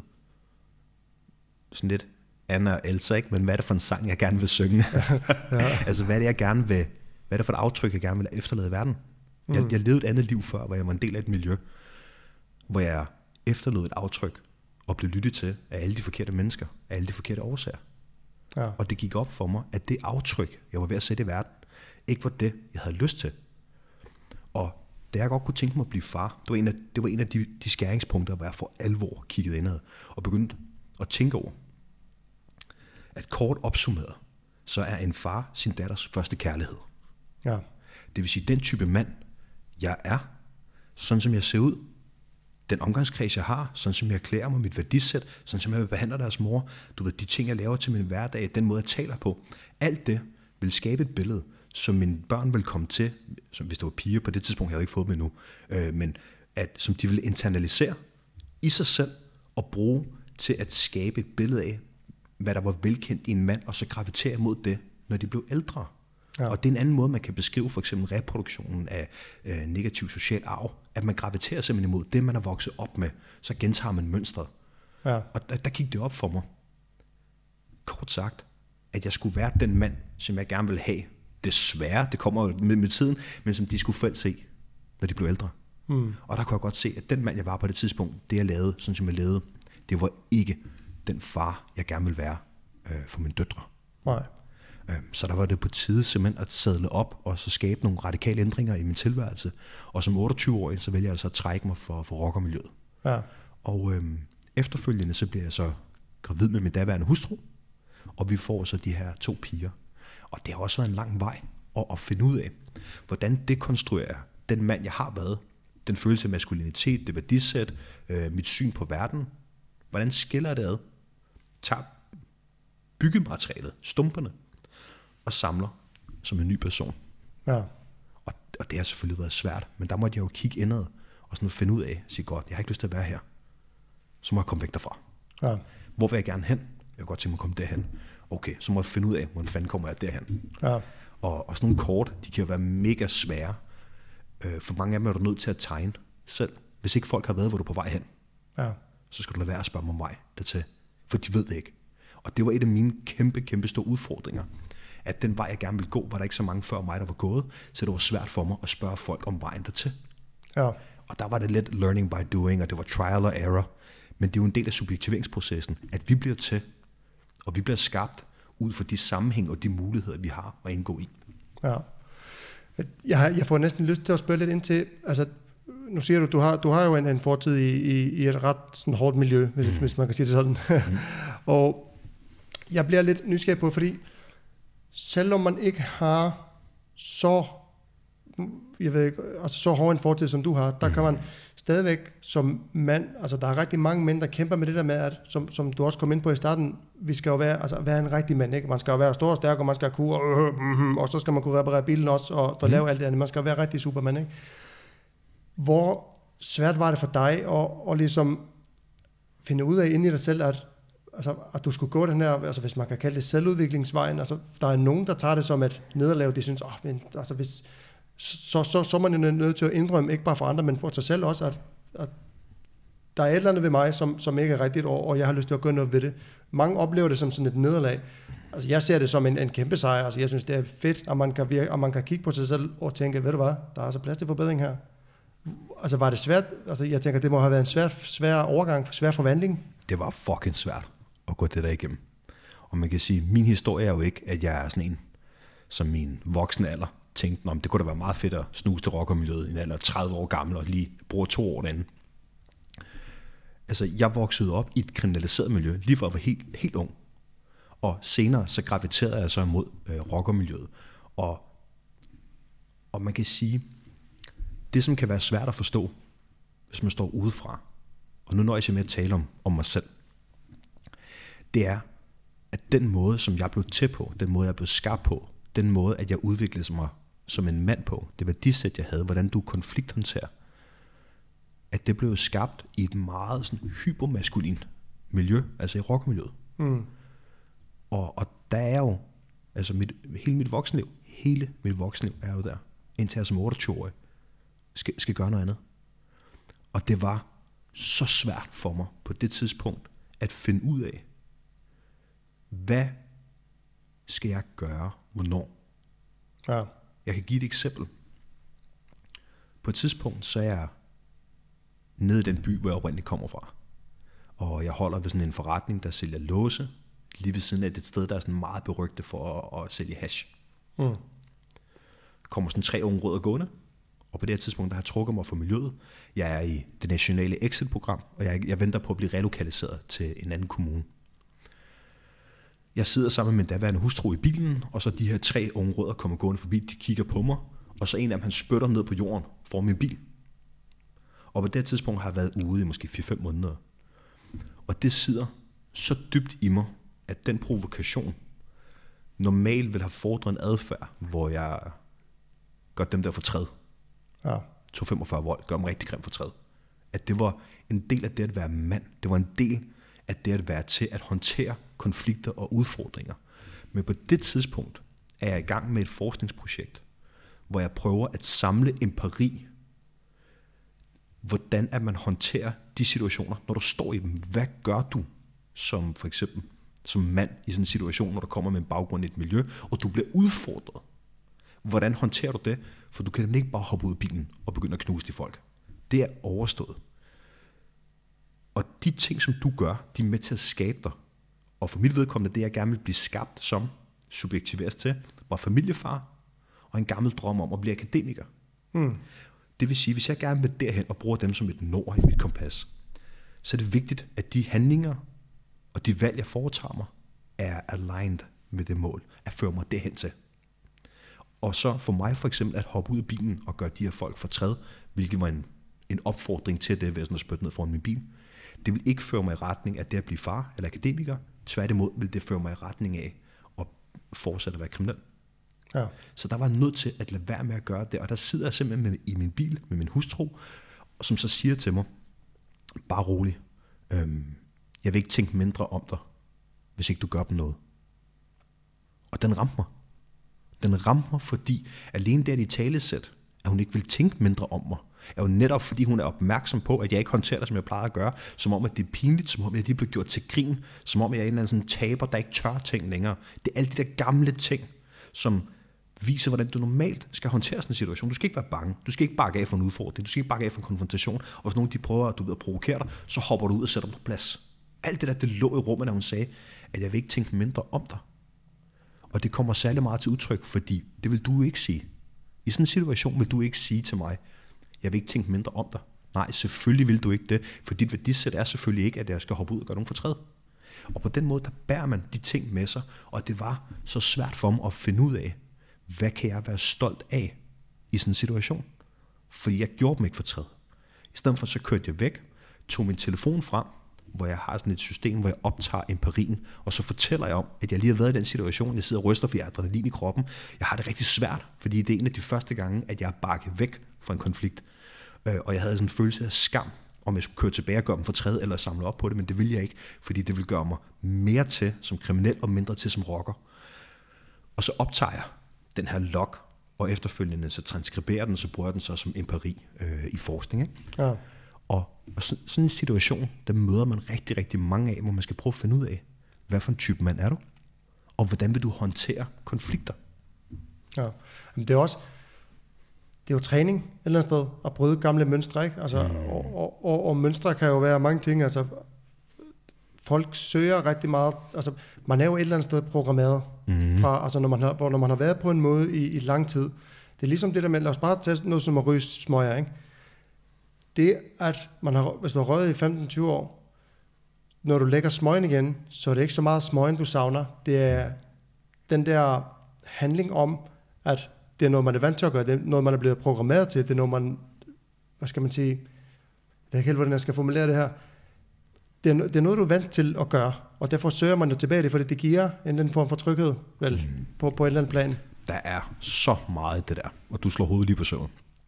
sådan lidt Anna og Elsa, ikke? Men hvad er det for en sang, jeg gerne vil synge? Ja. Altså, hvad er det, jeg gerne vil, hvad er det for et aftryk, jeg gerne vil efterlade i verden? Mm. Jeg, jeg levede et andet liv før, hvor jeg var en del af et miljø, hvor jeg efterlod et aftryk og blev lyttet til af alle de forkerte mennesker, af alle de forkerte årsager. Ja. Og det gik op for mig, at det aftryk, jeg var ved at sætte i verden, ikke var det, jeg havde lyst til. Og da jeg godt kunne tænke mig at blive far, det var en af, det var en af de, de skæringspunkter, hvor jeg for alvor kiggede indad og begyndte at tænke over, at kort opsummeret, så er en far sin datters første kærlighed. Ja. Det vil sige, den type mand jeg er, sådan som jeg ser ud, den omgangskreds, jeg har, sådan som jeg klæder mig, mit værdisæt, sådan som jeg behandler deres mor, du ved, de ting, jeg laver til min hverdag, den måde, jeg taler på, alt det vil skabe et billede, som mine børn vil komme til, som hvis det var piger på det tidspunkt, jeg havde ikke fået dem endnu, øh, men at, som de vil internalisere i sig selv, og bruge til at skabe et billede af, hvad der var velkendt i en mand, og så gravitere mod det, når de blev ældre. Ja. Og det er en anden måde, man kan beskrive for eksempel reproduktionen af øh, negativ social arv, at man graviterer simpelthen imod det, man er vokset op med, så gentager man mønstret. Ja. Og der, der gik det op for mig, kort sagt, at jeg skulle være den mand, som jeg gerne ville have. Desværre, det kommer jo med, med tiden, men som de skulle selv se, når de blev ældre. Mm. Og der kunne jeg godt se, at den mand, jeg var på det tidspunkt, det jeg lavede, sådan som jeg lavede, det var ikke den far, jeg gerne ville være øh, for mine døtre. Nej. Øh, så der var det på tide simpelthen at sadle op, og så skabe nogle radikale ændringer i min tilværelse. Og som otteogtyve-årig, så vælger jeg så at trække mig for, for rockermiljøet. Ja. Og øh, efterfølgende, så bliver jeg så gravid med min daværende hustru, og vi får så de her to piger. Og det har også været en lang vej at, at finde ud af, hvordan dekonstruerer den mand, jeg har været, den følelse af maskulinitet, det værdisæt, øh, mit syn på verden. Hvordan skiller det ad? Tager byggematerialet, stumperne, og samler som en ny person. Ja. Og, og det har selvfølgelig været svært, men der måtte jeg jo kigge indad og sådan finde ud af, sige godt, jeg har ikke lyst til at være her. Så må jeg komme væk derfra. Ja. Hvor vil jeg gerne hen? Jeg vil godt tænke mig at komme derhen. Okay, så må jeg finde ud af, hvordan fanden kommer jeg derhen. Ja. Og, og sådan nogle kort, de kan jo være mega svære. Øh, for mange af dem er du nødt til at tegne selv. Hvis ikke folk har været, hvor du er på vej hen, ja. Så skal du lade være at spørge mig om vej dertil. For de ved det ikke. Og det var et af mine kæmpe, kæmpe store udfordringer. At den vej, jeg gerne ville gå, var der ikke så mange før mig, der var gået. Så det var svært for mig at spørge folk om vejen dertil. Ja. Og der var det lidt learning by doing, og det var trial og error. Men det er jo en del af subjektiveringsprocessen, at vi bliver til, og vi bliver skabt ud fra de sammenhæng og de muligheder, vi har at indgå i. Ja. Jeg, har, jeg får næsten lyst til at spørge lidt ind til, altså nu siger du, du har, du har jo en, en fortid i, i, i et ret sådan hårdt miljø, hvis, mm. hvis man kan sige det sådan. Mm. Og jeg bliver lidt nysgerrig på, fordi selvom man ikke har så, jeg ved ikke, altså så hård en fortid, som du har, der kan man stadigvæk som mand, altså der er rigtig mange mænd, der kæmper med det der med, at, som, som du også kom ind på i starten, vi skal jo være, altså, være en rigtig mand, ikke? Man skal jo være stor og stærk, og man skal kunne, øh, øh, og så skal man kunne reparere bilen også, og, og mm. lave alt det andet. Man skal jo være rigtig supermand, ikke? Hvor svært var det for dig at, at ligesom finde ud af inde i dig selv, at, altså, at du skulle gå den her, altså hvis man kan kalde det selvudviklingsvejen, altså der er nogen, der tager det som et nederlag, de synes, oh, men, altså hvis, så, så, så er man jo nødt til at indrømme, ikke bare for andre, men for sig selv også, at, at der er et eller andet ved mig, som, som ikke er rigtigt, og, og jeg har lyst til at gøre noget ved det. Mange oplever det som sådan et nederlag. Altså jeg ser det som en, en kæmpe sejr, altså jeg synes, det er fedt, at man kan, virke, at man kan kigge på sig selv og tænke, ved du hvad, der er altså plads til forbedring her. Altså var det svært? Altså jeg tænker, det må have været en svær, svær overgang, svær forvandling. Det var fucking svært at gå det der igennem. Og man kan sige, min historie er jo ikke, at jeg er sådan en, som min voksne alder tænkte, om det kunne da være meget fedt at snuse til rockermiljøet i en alder tredive år gammel og lige bruge to år derinde. Altså jeg voksede op i et kriminaliseret miljø, lige fra at være helt, helt ung. Og senere så graviterede jeg så imod øh, rockermiljøet. Og, og man kan sige, det som kan være svært at forstå, hvis man står udefra, og nu når jeg med at tale om, om mig selv, det er, at den måde, som jeg blev til på, den måde, jeg blev skabt på, den måde, at jeg udviklede mig som en mand på, det værdisæt, jeg havde, hvordan du konflikthåndterer, at det blev skabt i et meget sådan hypermaskulin miljø, altså i rockmiljøet. Mm. Og, og der er jo, altså mit, hele mit voksenliv, hele mit voksenliv er jo der, indtil jeg som otteogtyve-årig skal, skal gøre noget andet. Og det var så svært for mig på det tidspunkt, at finde ud af, hvad skal jeg gøre, hvornår? Ja. Jeg kan give et eksempel. På et tidspunkt, så er jeg nede i den by, hvor jeg oprindeligt kommer fra. Og jeg holder ved sådan en forretning, der sælger låse, lige ved siden af det sted, der er sådan meget berygtet for at, at sælge hash. Mm. Der kommer sådan tre unge rødder gående, og på det her tidspunkt, der har jeg trukket mig fra miljøet. Jeg er i det nationale exit-program, og jeg, jeg venter på at blive relokaliseret til en anden kommune. Jeg sidder sammen med min daværende hustru i bilen, og så de her tre unge rødder kommer gående forbi, de kigger på mig, og så en af dem, han spytter ned på jorden foran min bil. Og på det tidspunkt har jeg været ude i måske fire fem måneder. Og det sidder så dybt i mig, at den provokation normalt vil have fordret en adfærd, hvor jeg gør dem der fortræd. Ja. to femogfyrre volt, gør dem rigtig grim fortræd. At det var en del af det at være mand. Det var en del af det at være til at håndtere konflikter og udfordringer. Men på det tidspunkt er jeg i gang med et forskningsprojekt, hvor jeg prøver at samle empiri. Hvordan at man håndterer de situationer, når du står i dem. Hvad gør du som for eksempel som mand i sådan en situation, når du kommer med en baggrund i et miljø, og du bliver udfordret? Hvordan håndterer du det? For du kan nemlig ikke bare hoppe ud af bilen og begynde at knuse de folk. Det er overstået. Og de ting, som du gør, de er med til at skabe dig. Og for mit vedkommende, det jeg gerne vil blive skabt som, subjektiveres til, var familiefar og en gammel drøm om at blive akademiker. Mm. Det vil sige, hvis jeg gerne vil derhen og bruger dem som et nord i mit kompas, så er det vigtigt, at de handlinger og de valg, jeg foretager mig, er aligned med det mål, at føre mig derhen til. Og så for mig for eksempel at hoppe ud af bilen og gøre de her folk fortræd, hvilket var en, en opfordring til det, ved sådan at spytte ned foran min bil. Det vil ikke føre mig i retning af det at blive far eller akademiker. Tværtimod vil det føre mig i retning af at fortsætte at være kriminel. Ja. Så der var jeg nødt til at lade være med at gøre det. Og der sidder jeg simpelthen med, i min bil med min hustru, som så siger til mig, bare rolig, øhm, jeg vil ikke tænke mindre om dig, hvis ikke du gør dem noget. Og den ramte mig. Den ramte mig, fordi alene der i talesæt, at hun ikke vil tænke mindre om mig, er jo netop fordi hun er opmærksom på, at jeg ikke håndterer det, som jeg plejer at gøre, som om, at det er pinligt, som om, at jeg er blevet gjort til grin, som om, at jeg er en eller anden sådan taber, der ikke tør ting længere. Det er alle de der gamle ting, som viser, hvordan du normalt skal håndtere sådan en situation. Du skal ikke være bange. Du skal ikke bakke af for en udfordring. Du skal ikke bakke af for en konfrontation. Og hvis nogen de prøver at, du ved, at provokere dig, så hopper du ud og sætter dem på plads. Alt det der, det lå i rummet, da hun sagde, at jeg vil ikke tænke mindre om dig. Og det kommer særlig meget til udtryk, fordi det vil du ikke sige. I sådan en situation vil du ikke sige til mig, jeg vil ikke tænke mindre om dig. Nej, selvfølgelig vil du ikke det, for dit værdisæt er selvfølgelig ikke, at jeg skal hoppe ud og gøre nogen fortræd. Og på den måde, der bærer man de ting med sig, og det var så svært for mig at finde ud af, hvad kan jeg være stolt af i sådan en situation? Fordi jeg gjorde dem ikke fortræd. I stedet for så kørte jeg væk, tog min telefon frem, hvor jeg har sådan et system, hvor jeg optager empirien, og så fortæller jeg om, at jeg lige har været i den situation, jeg sidder og ryster, for jeg har adrenalin i kroppen. Jeg har det rigtig svært, fordi det er en af de første gange, at jeg er bakket væk fra en konflikt. Og jeg havde sådan en følelse af skam, om jeg skulle køre tilbage og gøre dem fortræd, eller samle op på det, men det ville jeg ikke, fordi det ville gøre mig mere til som kriminel, og mindre til som rocker. Og så optager jeg den her log, og efterfølgende så transkriberer den, så bruger jeg den så som empiri øh, i forskning. Ikke? Ja. Og, og sådan, sådan en situation, der møder man rigtig, rigtig mange af, hvor man skal prøve at finde ud af, hvad for en type mand er du, og hvordan vil du håndtere konflikter. Ja, men det er også, det er jo træning et eller andet sted, at bryde gamle mønstre, ikke? Altså, mm. og, og, og, og mønstre kan jo være mange ting, altså folk søger rigtig meget, altså man er jo et eller andet sted programmeret, mm. fra, altså når man, har, når man har været på en måde i, i lang tid. Det er ligesom det der med, lad os bare tage noget som at ryge smøger, ikke? Det at man har, hvis du har røget i femten til tyve år, når du lægger smøgen igen, så er det ikke så meget smøgen, du savner. Det er den der handling om, at det er noget, man er vant til at gøre, det er noget, man er blevet programmeret til, det er noget, man, hvad skal man sige, jeg ved ikke helt, hvordan jeg skal formulere det her. Det er, det er noget, du er vant til at gøre, og derfor søger man jo tilbage det, fordi det giver en eller anden form for tryghed, vel, mm. på, på et eller andet plan. Der er så meget det der, og du slår hovedet lige på søvn.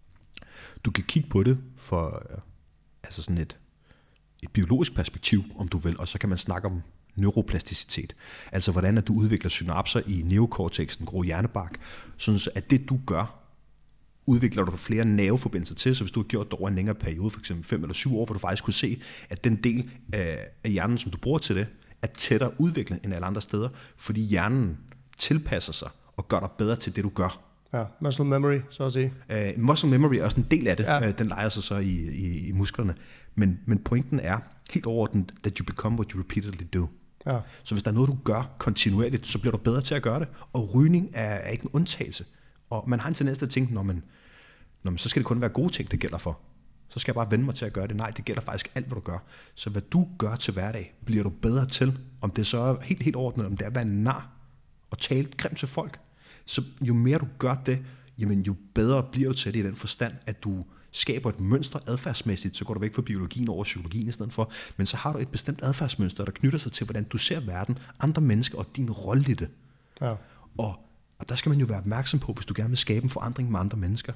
Du kan kigge på det for altså sådan et, et biologisk perspektiv, om du vil, og så kan man snakke om neuroplasticitet. Altså hvordan at du udvikler synapser i neokortex, den grå hjernebark, sådan så at det du gør, udvikler du flere nerveforbindelser til, så hvis du har gjort det over en længere periode, for eksempel fem eller syv år, hvor du faktisk kunne se, at den del af hjernen, som du bruger til det, er tættere udviklet end alle andre steder, fordi hjernen tilpasser sig og gør dig bedre til det, du gør. Ja, muscle memory, så at sige. Uh, muscle memory er også en del af det. Ja. Uh, den leger sig så i, i, i musklerne. Men, men pointen er helt overordnet, that you become what you repeatedly do. Ja. Så hvis der er noget, du gør kontinuerligt, så bliver du bedre til at gøre det. Og rygning er, er ikke en undtagelse. Og man har en tendens til at tænke, når man, når man, så skal det kun være gode ting, det gælder for. Så skal jeg bare vende mig til at gøre det. Nej, det gælder faktisk alt, hvad du gør. Så hvad du gør til hverdag, bliver du bedre til. Om det så er helt, helt ordnet, om det er at være nar og tale grimt til folk. Så jo mere du gør det, jamen jo bedre bliver du til det i den forstand, at du skaber et mønster adfærdsmæssigt, så går du væk fra biologien over psykologien i stedet for, men så har du et bestemt adfærdsmønster, der knytter sig til, hvordan du ser verden, andre mennesker og din rolle i det. Ja. Og, og der skal man jo være opmærksom på, hvis du gerne vil skabe en forandring med andre mennesker,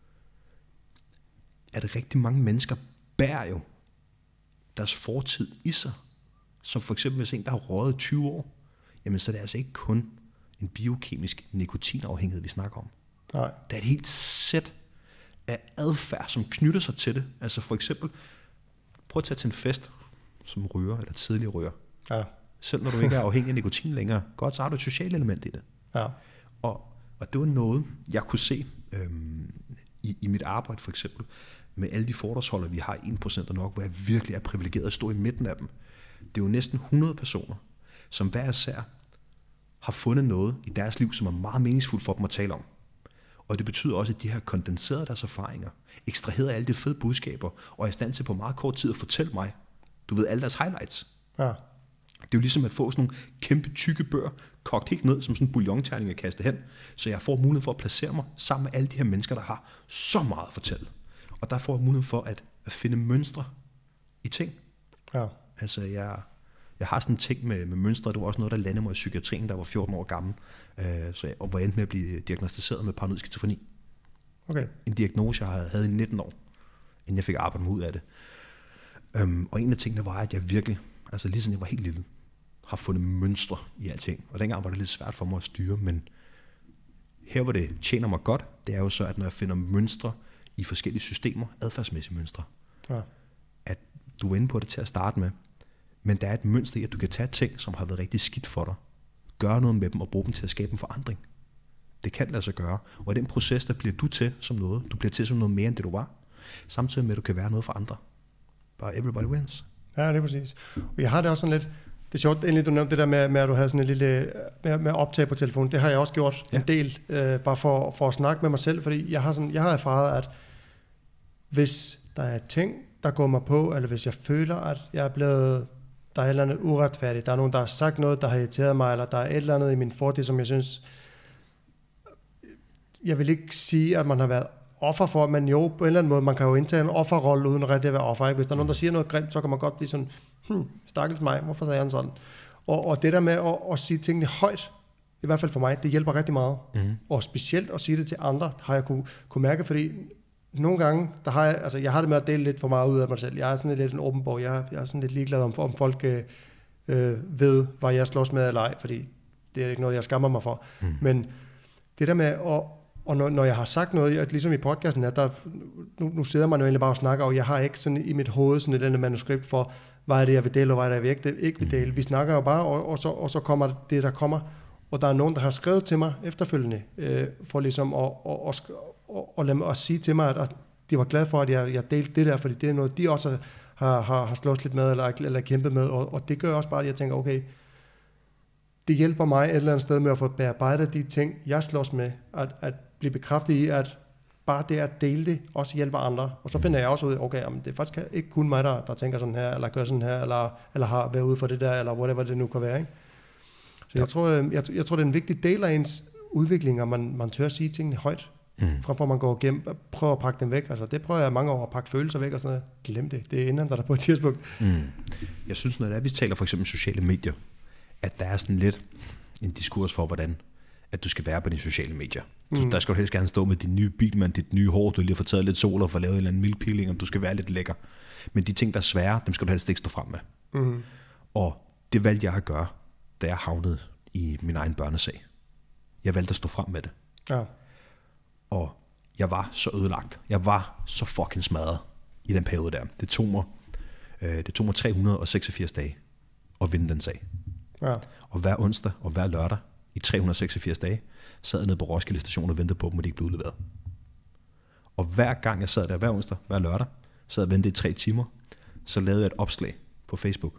at rigtig mange mennesker bærer jo deres fortid i sig. Som for eksempel hvis en, der har røget i tyve år, jamen så er det altså ikke kun en biokemisk nikotinafhængighed, vi snakker om. Nej. Der er et helt sæt af adfærd, som knytter sig til det. Altså for eksempel, prøv at tage til en fest, som ryger, eller tidligere ryger. Ja. Selv når du ikke er afhængig af nikotin længere, godt, så har du et socialt element i det. Ja. Og, og det var noget, jeg kunne se øhm, i, i mit arbejde for eksempel, med alle de foredragsholdere, vi har i en procent og nok, hvor jeg virkelig er privilegeret at stå i midten af dem. Det er jo næsten hundrede personer, som hver især har fundet noget i deres liv, som er meget meningsfuldt for dem at tale om. Og det betyder også, at de har kondenseret deres erfaringer, ekstraheret alle de fede budskaber, og er i stand til på meget kort tid at fortælle mig, du ved, alle deres highlights. Ja. Det er jo ligesom at få sådan nogle kæmpe tykke bøger, kogt helt ned som sådan en bouillonterning at kaste hen, så jeg får mulighed for at placere mig sammen med alle de her mennesker, der har så meget at fortælle. Og der får jeg mulighed for at, at finde mønstre i ting. Ja. Altså, jeg, jeg har sådan en ting med, med mønstre. Det var også noget, der landede mig i psykiatrien, der var fjorten år gammel. Øh, så jeg, og var endt med at blive diagnosticeret med paranoid skizofreni. Okay. En diagnose, jeg havde i nitten år, inden jeg fik arbejdet mig ud af det. Um, og en af tingene var, at jeg virkelig, altså lige siden jeg var helt lille, har fundet mønstre i alting. Og dengang var det lidt svært for mig at styre, men her hvor det tjener mig godt, det er jo så, at når jeg finder mønstre i forskellige systemer, adfærdsmæssige mønstre, Ja. at du er inde på det til at starte med, men der er et mønster i, at du kan tage ting, som har været rigtig skidt for dig, gøre noget med dem og bruge dem til at skabe en forandring. Det kan lade sig gøre, og i den proces, der bliver du til som noget. Du bliver til som noget mere, end det du var, samtidig med, at du kan være noget for andre. Bare everybody wins. Ja, det er præcis. Og jeg har det også sådan lidt, det er sjovt, endelig du nævnte det der med, med at du havde sådan en lille, med, med at optage på telefonen, det har jeg også gjort ja. en del, øh, bare for, for at snakke med mig selv, fordi jeg har, sådan, jeg har erfaret, at hvis der er ting, der går mig på, eller hvis jeg føler, at jeg er blevet, der er et eller andet uretfærdigt, der er nogen, der har sagt noget, der har irriteret mig, eller der er et eller andet i min fortid, som jeg synes, jeg vil ikke sige, at man har været offer for, men jo, på en eller anden måde, man kan jo indtage en offerrolle, uden at rigtig være offer. Ikke? Hvis der er nogen, der siger noget grimt, så kan man godt blive sådan, hmm, stakkels mig, hvorfor sagde han sådan? Og, og det der med at, at sige tingene højt, i hvert fald for mig, det hjælper rigtig meget. Mm-hmm. Og specielt at sige det til andre, har jeg kunne, kunne mærke, fordi nogle gange, der har jeg, altså jeg har det med at dele lidt for meget ud af mig selv. Jeg er sådan lidt en åben bog. Jeg, jeg er sådan lidt ligeglad om, om folk øh, ved, hvad jeg slås med eller ej, fordi det er ikke noget, jeg skammer mig for. Mm. Men det der med at, og når, når jeg har sagt noget, ligesom i podcasten her, der, nu, nu sidder man jo egentlig bare og snakker, og jeg har ikke sådan i mit hoved sådan et eller andet manuskript for, hvad er det, jeg vil dele, og hvad er det, jeg vil ikke, ikke vil dele. Vi snakker jo bare, og, og, så, og så kommer det, der kommer. Og der er nogen, der har skrevet til mig efterfølgende, øh, for ligesom at, at, at, at, at, lade mig, at sige til mig, at de var glade for, at jeg, jeg delte det der, fordi det er noget, de også har, har, har slået lidt med, eller, eller kæmpet med, og, og det gør også bare, at jeg tænker, okay, det hjælper mig et eller andet sted med at få bearbejdet de ting, jeg slås med, at, at blive bekræftet i, at bare det at dele det, også hjælper andre. Og så finder jeg også ud af, okay, jamen, det er faktisk ikke kun mig, der, der tænker sådan her, eller gør sådan her, eller, eller har været ude for det der, eller whatever det nu kan være. Ikke? Så jeg tror, jeg, jeg, jeg tror, det er en vigtig del af ens udvikling, at man, man tør at sige tingene højt, mm. frem for at man går igennem og prøver at pakke dem væk. Altså, det prøver jeg mange år at pakke følelser væk og sådan noget. Glem det. Det er inden, der er på et tidspunkt. Mm. Jeg synes, når det er, vi taler for eksempel sociale medier, at der er sådan lidt en diskurs for, hvordan at du skal være på de sociale medier. Så mm. der skal du helst gerne stå med din nye bil, med dit nye hår, du lige har fået taget lidt sol og får lavet en eller anden milkpeeling, og du skal være lidt lækker. Men de ting, der er svære, dem skal du helst ikke stå frem med. Mm. Og det valgte jeg at gøre, da jeg havnede i min egen børnesag. Jeg valgte at stå frem med det. Ja. Og jeg var så ødelagt. Jeg var så fucking smadret i den periode der. Det tog mig, øh, det tog mig tre hundrede og seksogfirs dage at vinde den sag. Ja. Og hver onsdag og hver lørdag i tre hundrede og seksogfirs dage, sad jeg nede på Roskilde Station og ventede på dem, og de ikke blev udleveret. Og hver gang jeg sad der, hver onsdag, hver lørdag, sad jeg og ventede i tre timer, så lavede jeg et opslag på Facebook.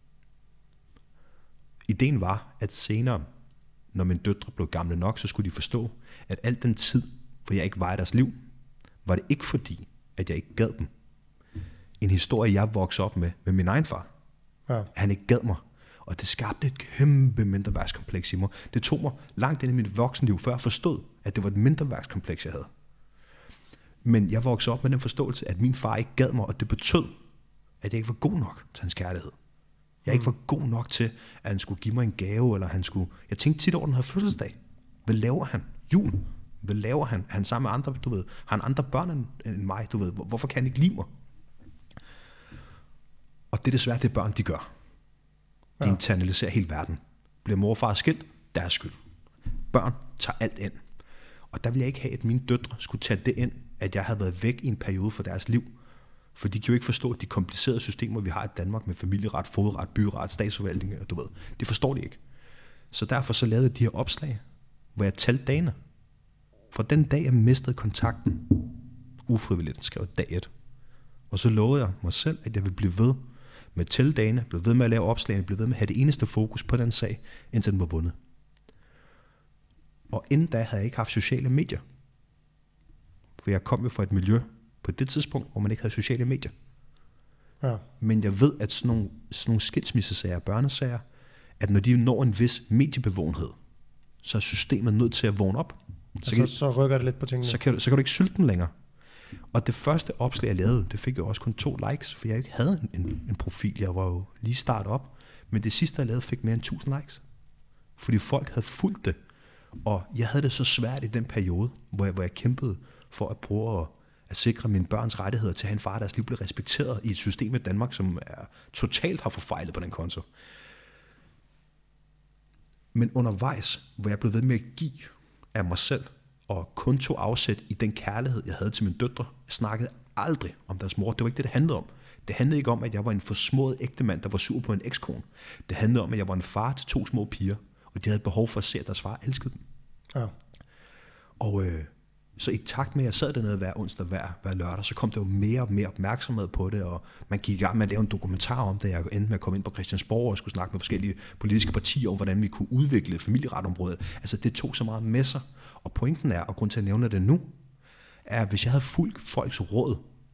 Ideen var, at senere, når mine døtre blev gamle nok, så skulle de forstå, at al den tid, hvor jeg ikke var i deres liv, var det ikke fordi, at jeg ikke gad dem. En historie, jeg voksede op med, med min egen far. Ja. Han ikke gad mig. Og det skabte et kæmpe mindreværdskompleks i mig. Det tog mig langt ind i mit voksenliv, før jeg forstod, at det var et mindreværdskompleks, jeg havde. Men jeg voksede op med den forståelse, at min far ikke gad mig, og det betød, at jeg ikke var god nok til hans kærlighed. Jeg ikke var god nok til, at han skulle give mig en gave, eller han skulle... Jeg tænkte tit over den her fødselsdag. Hvad laver han? Jul. Hvad laver han? Er han sammen med andre, du ved? Har han andre børn end, end mig, du ved? Hvorfor kan han ikke lide mig? Og det er desværre det, børn de gør. De ja. internaliserer hele verden. Bliver mor og far skilt? Deres skyld. Børn tager alt ind. Og der vil jeg ikke have, at mine døtre skulle tage det ind, at jeg havde været væk i en periode for deres liv. For de kan jo ikke forstå de komplicerede systemer, vi har i Danmark med familieret, fodret, byret, statsforvaltning, du ved. Det forstår de ikke. Så derfor så lavede jeg de her opslag, hvor jeg talte dagene. For den dag, jeg mistede kontakten, ufrivilligt, skrev dag et. Og så lovede jeg mig selv, at jeg ville blive ved med at tælle dagene, blive ved med at lave opslagene, blive ved med at have det eneste fokus på den sag, indtil den var vundet. Og inden da havde jeg ikke haft sociale medier. For jeg kom jo fra et miljø på det tidspunkt, hvor man ikke havde sociale medier. Ja. Men jeg ved, at sådan nogle, sådan nogle skilsmissesager, børnesager, at når de når en vis mediebevågenhed, så er systemet nødt til at vågne op. Så, altså, så rykker det lidt på tingene. Så kan, du, så kan du ikke sylte dem længere. Og det første opslag, jeg lavede, det fik jo også kun to likes, for jeg ikke havde en, en profil. Jeg var jo lige startet op. Men det sidste, jeg lavede, fik mere end tusind likes. Fordi folk havde fulgt det. Og jeg havde det så svært i den periode, hvor jeg, hvor jeg kæmpede for at prøve at, at sikre mine børns rettigheder til at have en far, der deres liv blev respekteret i et system i Danmark, som er totalt har forfejlet på den konto. Men undervejs, hvor jeg blev ved med at give af mig selv, og kun tog afsæt i den kærlighed, jeg havde til mine døtre. Jeg snakkede aldrig om deres mor. Det var ikke det, det handlede om. Det handlede ikke om, at jeg var en forsmået ægtemand, der var sur på en ekskone. Det handlede om, at jeg var en far til to små piger, og de havde behov for at se, at deres far elskede dem. Ja. Og øh, så i takt med, at jeg sad dernede hver onsdag, hver, hver lørdag, så kom der jo mere og mere opmærksomhed på det, og man gik i gang med at lave en dokumentar om det. Jeg endte med at komme ind på Christiansborg og skulle snakke med forskellige politiske partier om, hvordan vi kunne udvikle familieretområdet. Altså det tog så meget med sig. Og pointen er, og grund til at nævne det nu, er, at hvis jeg havde fulgt folks råd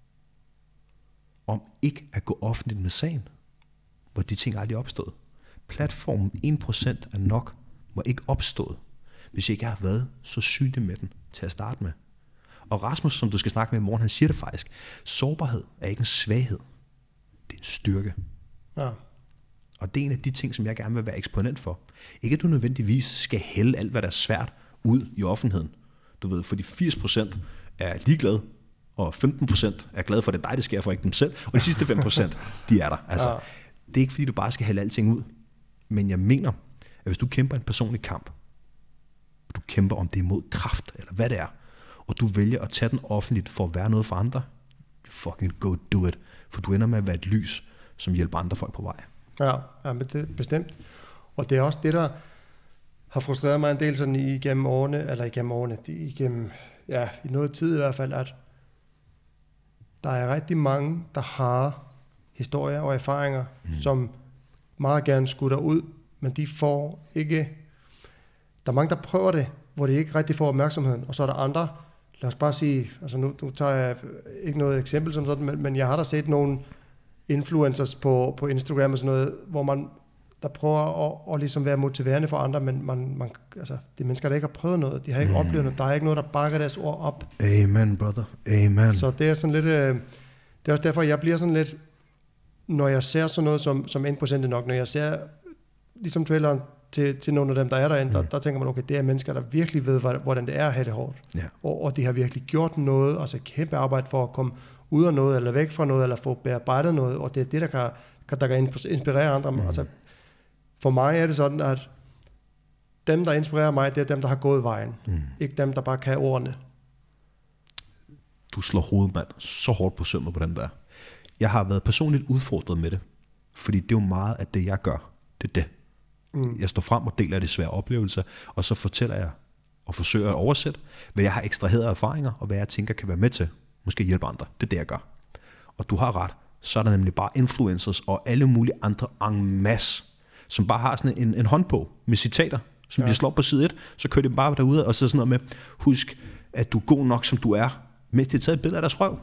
om ikke at gå offentligt med sagen, hvor de ting aldrig opstod. Platformen en procent er nok, var ikke opstået, hvis jeg ikke har været så synlig med den til at starte med. Og Rasmus, som du skal snakke med i morgen, han siger det faktisk. Sårbarhed er ikke en svaghed. Det er en styrke. Ja. Og det er en af de ting, som jeg gerne vil være eksponent for. Ikke at du nødvendigvis skal hælde alt, hvad der er svært, ud i offentligheden. Du ved, fordi firs procent er ligeglade, og femten procent er glade for, det dig, det sker for ikke dem selv, og de sidste fem procent, de er der. Altså, ja. Det er ikke fordi, du bare skal hælde alting ud. Men jeg mener, at hvis du kæmper en personlig kamp, du kæmper om det imod kraft, eller hvad det er, og du vælger at tage den offentligt for at være noget for andre, fucking go do it. For du ender med at være et lys, som hjælper andre folk på vej. Ja, ja, men det er bestemt. Og det er også det, der har frustreret mig en del sådan igennem årene, eller igennem årene, igennem, ja, i noget tid i hvert fald, at der er rigtig mange, der har historier og erfaringer, mm. som meget gerne skutter ud, men de får ikke, der er mange, der prøver det, hvor de ikke rigtig får opmærksomheden, og så er der andre, lad os bare sige, altså nu, nu tager jeg ikke noget eksempel som sådan, men, men jeg har da set nogle influencers på, på Instagram og sådan noget, hvor man der prøver at, at ligesom være motiverende for andre, men man, man, altså, de mennesker, der ikke har prøvet noget, de har ikke mm. oplevet noget, der er ikke noget, der bakker deres ord op. Amen, brother. Amen. Så det er sådan lidt, øh, det er også derfor, jeg bliver sådan lidt, når jeg ser sådan noget som, som en procent nok, når jeg ser ligesom traileren til, til nogle af dem, der er derinde, mm. der, der tænker man, okay, det er mennesker, der virkelig ved, hvordan det er at have det hårdt. Yeah. Og, og de har virkelig gjort noget, altså kæmpe arbejde for at komme ud af noget, eller væk fra noget, eller få bearbejdet noget, og det er det, der kan, der kan inspirere andre. Mm. Altså, for mig er det sådan, at dem, der inspirerer mig, det er dem, der har gået vejen. Mm. Ikke dem, der bare kan ordene. Du slår hovedet, mand, så hårdt på sømmet på den der. Jeg har været personligt udfordret med det, fordi det er jo meget af det, jeg gør. Det er det. Mm. Jeg står frem og deler de svære oplevelser, og så fortæller jeg og forsøger at oversætte, hvad jeg har ekstraheret erfaringer, og hvad jeg tænker kan være med til. Måske hjælpe andre. Det er det, jeg gør. Og du har ret. Så er der nemlig bare influencers og alle mulige andre en masse, som bare har sådan en, en håndbog med citater, som ja. de slår på side et, så kører de bare derude, og så sådan noget med, husk, at du er god nok, som du er, mens de har taget et billede af deres røv.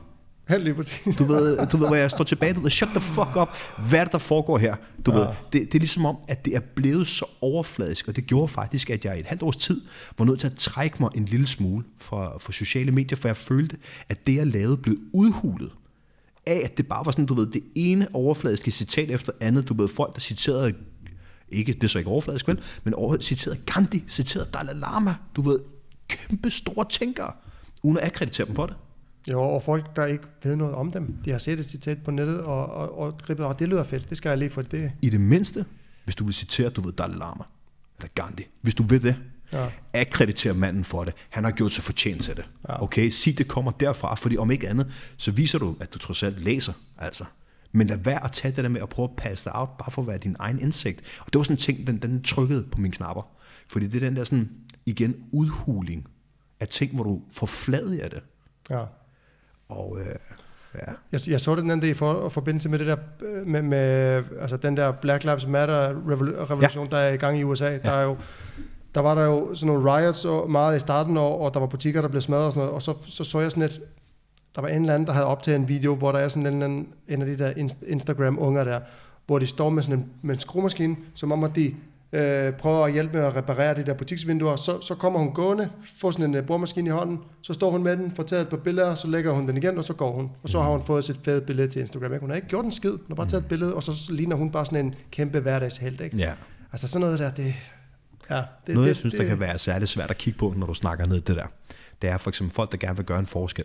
Helt præcis. Du ved, du ved, hvor jeg står tilbage, du ved, shut the fuck up, hvad er det, der foregår her? Du ja. ved, det, det er ligesom om, at det er blevet så overfladisk, og det gjorde faktisk, at jeg i et halvt års tid var nødt til at trække mig en lille smule fra, fra sociale medier, for jeg følte, at det, jeg lavede, blev udhulet af, at det bare var sådan, du ved, det ene overfladiske citat efter andet, du ved, folk, der citerede, ikke, det er så ikke overfladisk, vel, men over, citerede Gandhi, citerede Dalai Lama, du ved, kæmpe store tænkere, uden at akkreditere dem for det. Jo, og folk, der ikke ved noget om dem, de har set et citat på nettet og, og, og gribet, og det lyder fedt, det skal jeg lige for det. I det mindste, hvis du vil citere, du ved, Dalai Lama, eller Gandhi, hvis du ved det, ja. Akkrediter manden for det. Han har gjort sig fortjent til det. Ja. Okay, sig det kommer derfra, fordi om ikke andet, så viser du, at du trods alt læser, altså. Men lad være at tage det der med at prøve at passe dig out, bare for at være din egen indsigt. Og det var sådan en ting, den, den trykkede på mine knapper. Fordi det er den der sådan, igen, udhuling af ting, hvor du får flad af det. Ja. Og øh, ja. Jeg, jeg så det den anden dag i for, forbindelse med det der, med, med altså den der Black Lives Matter revolution, ja. Der er i gang i U S A. Ja. Der er jo, der var der jo sådan nogle riots og meget i starten, og, og der var butikker, der blev smadret og sådan noget, og så så, så jeg sådan et, der var en eller anden, der havde optaget en video, hvor der er sådan en, en, en af de der Instagram-unger der, hvor de står med sådan en, med en skruemaskine, som om at de øh, prøver at hjælpe med at reparere de der butiksvinduer. Så, så kommer hun gående, får sådan en uh, boremaskine i hånden, så står hun med den, får taget et par billeder, så lægger hun den igen, og så går hun. Og så har hun fået sit fede billede til Instagram. Ikke? Hun har ikke gjort en skid, hun har bare taget et billede, og så ligner hun bare sådan en kæmpe hverdagshelt. Ikke? Ja. Altså sådan noget der, det... Ja, det, noget, jeg det, synes, det, der kan være særligt svært at kigge på, når du snakker ned det der, det er for eksempel folk, der gerne vil gøre en forskel.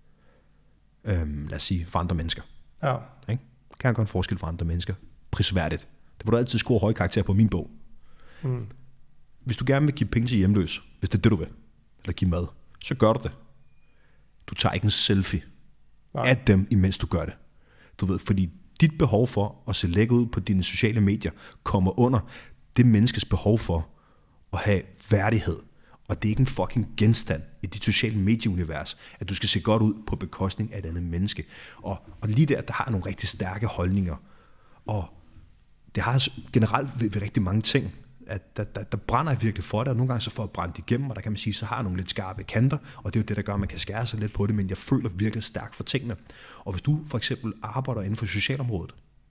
Øhm, lad os sige, for andre mennesker. Ja. Ikke? Kan gøre en forskel for andre mennesker. Prisværdigt. Det vil du altid score høje karakterer på min bog. Mm. Hvis du gerne vil give penge til hjemløs, hvis det er det, du vil, eller give mad, så gør du det. Du tager ikke en selfie Nej. Af dem, imens du gør det. Du ved, fordi dit behov for at se lækker ud på dine sociale medier kommer under det menneskes behov for at have værdighed. Og det er ikke en fucking genstand i dit sociale medieunivers, at du skal se godt ud på bekostning af et andet menneske. Og, og lige der, der har jeg nogle rigtig stærke holdninger. Og det har generelt ved, ved rigtig mange ting, at der, der, der brænder jeg virkelig for det, og nogle gange så får jeg brændt igennem, og der kan man sige, så har jeg nogle lidt skarpe kanter, og det er jo det, der gør, at man kan skære sig lidt på det, men jeg føler virkelig stærkt for tingene. Og hvis du for eksempel arbejder inden for socialområdet,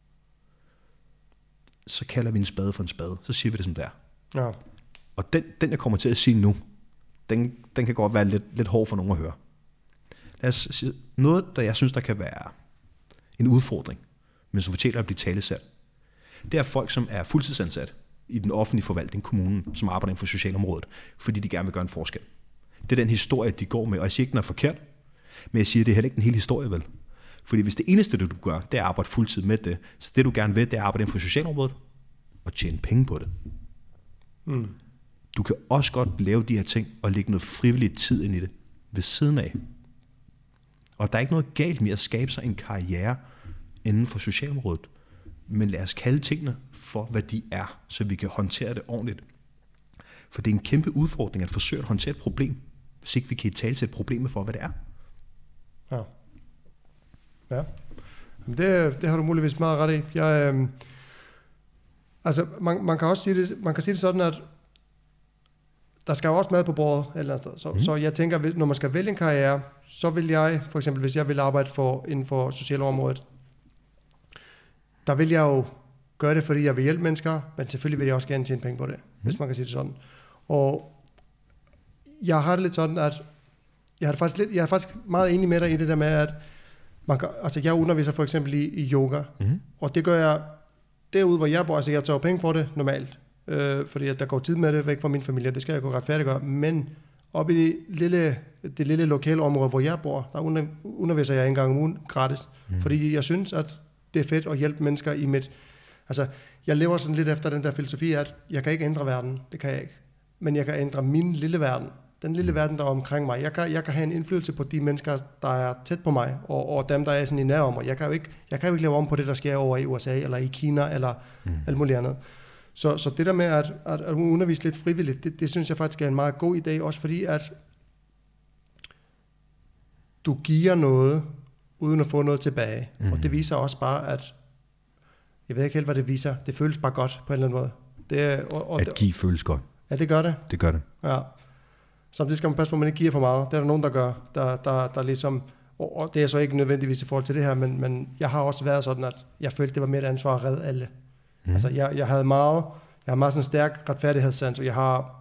så kalder vi en spade for en spade, så siger vi det som det er. Ja. Og den, den, jeg kommer til at sige nu, den, den kan godt være lidt, lidt hård for nogen at høre. Lad os sige, noget, der jeg synes, der kan være en udfordring, men som fortæller at blive talesat, det er folk, som er fuldtidsansat i den offentlige forvaltning, kommunen, som arbejder inden for socialområdet, fordi de gerne vil gøre en forskel. Det er den historie, de går med, og jeg siger ikke, den er forkert, men jeg siger, det er heller ikke den hele historie, vel? Fordi hvis det eneste, det du gør, det er at arbejde fuldtid med det, så det du gerne vil, det er at arbejde inden for socialområdet, og tjene penge på det. Mm. Du kan også godt lave de her ting, og lægge noget frivilligt tid ind i det, ved siden af. Og der er ikke noget galt med at skabe sig en karriere inden for socialområdet, men lad os kalde tingene for, hvad de er, så vi kan håndtere det ordentligt. For det er en kæmpe udfordring at forsøge at håndtere et problem, hvis ikke vi kan talsætte problemet for, hvad det er. Ja. Ja. Det, det har du muligvis meget ret i. Jeg, øh, altså, man, man kan også sige det, man kan sige det sådan, at der skal jo også mad på bordet et eller andet sted. Så, mm. så jeg tænker, når man skal vælge en karriere, så vil jeg, for eksempel hvis jeg vil arbejde for, inden for socialområdet, der vil jeg jo gøre det, fordi jeg vil hjælpe mennesker, men selvfølgelig vil jeg også gerne tjene penge på det, mm. hvis man kan sige det sådan. Og jeg har det lidt sådan, at jeg er faktisk, lidt, jeg er faktisk meget enig med dig i det der med, at man kan, altså jeg underviser for eksempel i, i yoga, mm. og det gør jeg derude, hvor jeg bor. Altså jeg tager penge for det normalt, øh, fordi at der går tid med det væk fra min familie, det skal jeg gå retfærdiggøre, men oppe i det lille, det lille lokale område, hvor jeg bor, der under, underviser jeg en gang om ugen gratis, mm. fordi jeg synes, at det er fedt at hjælpe mennesker i mit... Altså, jeg lever sådan lidt efter den der filosofi, at jeg kan ikke ændre verden, det kan jeg ikke, men jeg kan ændre min lille verden, den lille verden, der er omkring mig. Jeg kan, jeg kan have en indflydelse på de mennesker, der er tæt på mig, og, og dem, der er sådan i nær om mig. Jeg kan jo ikke, jeg kan jo ikke lave om på det, der sker over i U S A, eller i Kina, eller mm. alt muligt andet. Så, så det der med at, at, at undervise lidt frivilligt, det, det synes jeg faktisk er en meget god idé, også fordi at du giver noget, uden at få noget tilbage. Mm. Og det viser også bare, at jeg ved ikke helt, hvad det viser. Det føles bare godt på en eller anden måde. Det, og, og at give føles godt. Ja, det gør det. Det gør det. Ja. Så det skal man passe på, at man ikke giver for meget. Det er der nogen, der gør, der, der, der ligesom Og, og det er så ikke nødvendigvis i forhold til det her, men, men jeg har også været sådan, at jeg følte, det var mit ansvar at redde alle. Mm. Altså, jeg, jeg havde meget, jeg har meget sådan en stærk retfærdighedssans, og jeg har,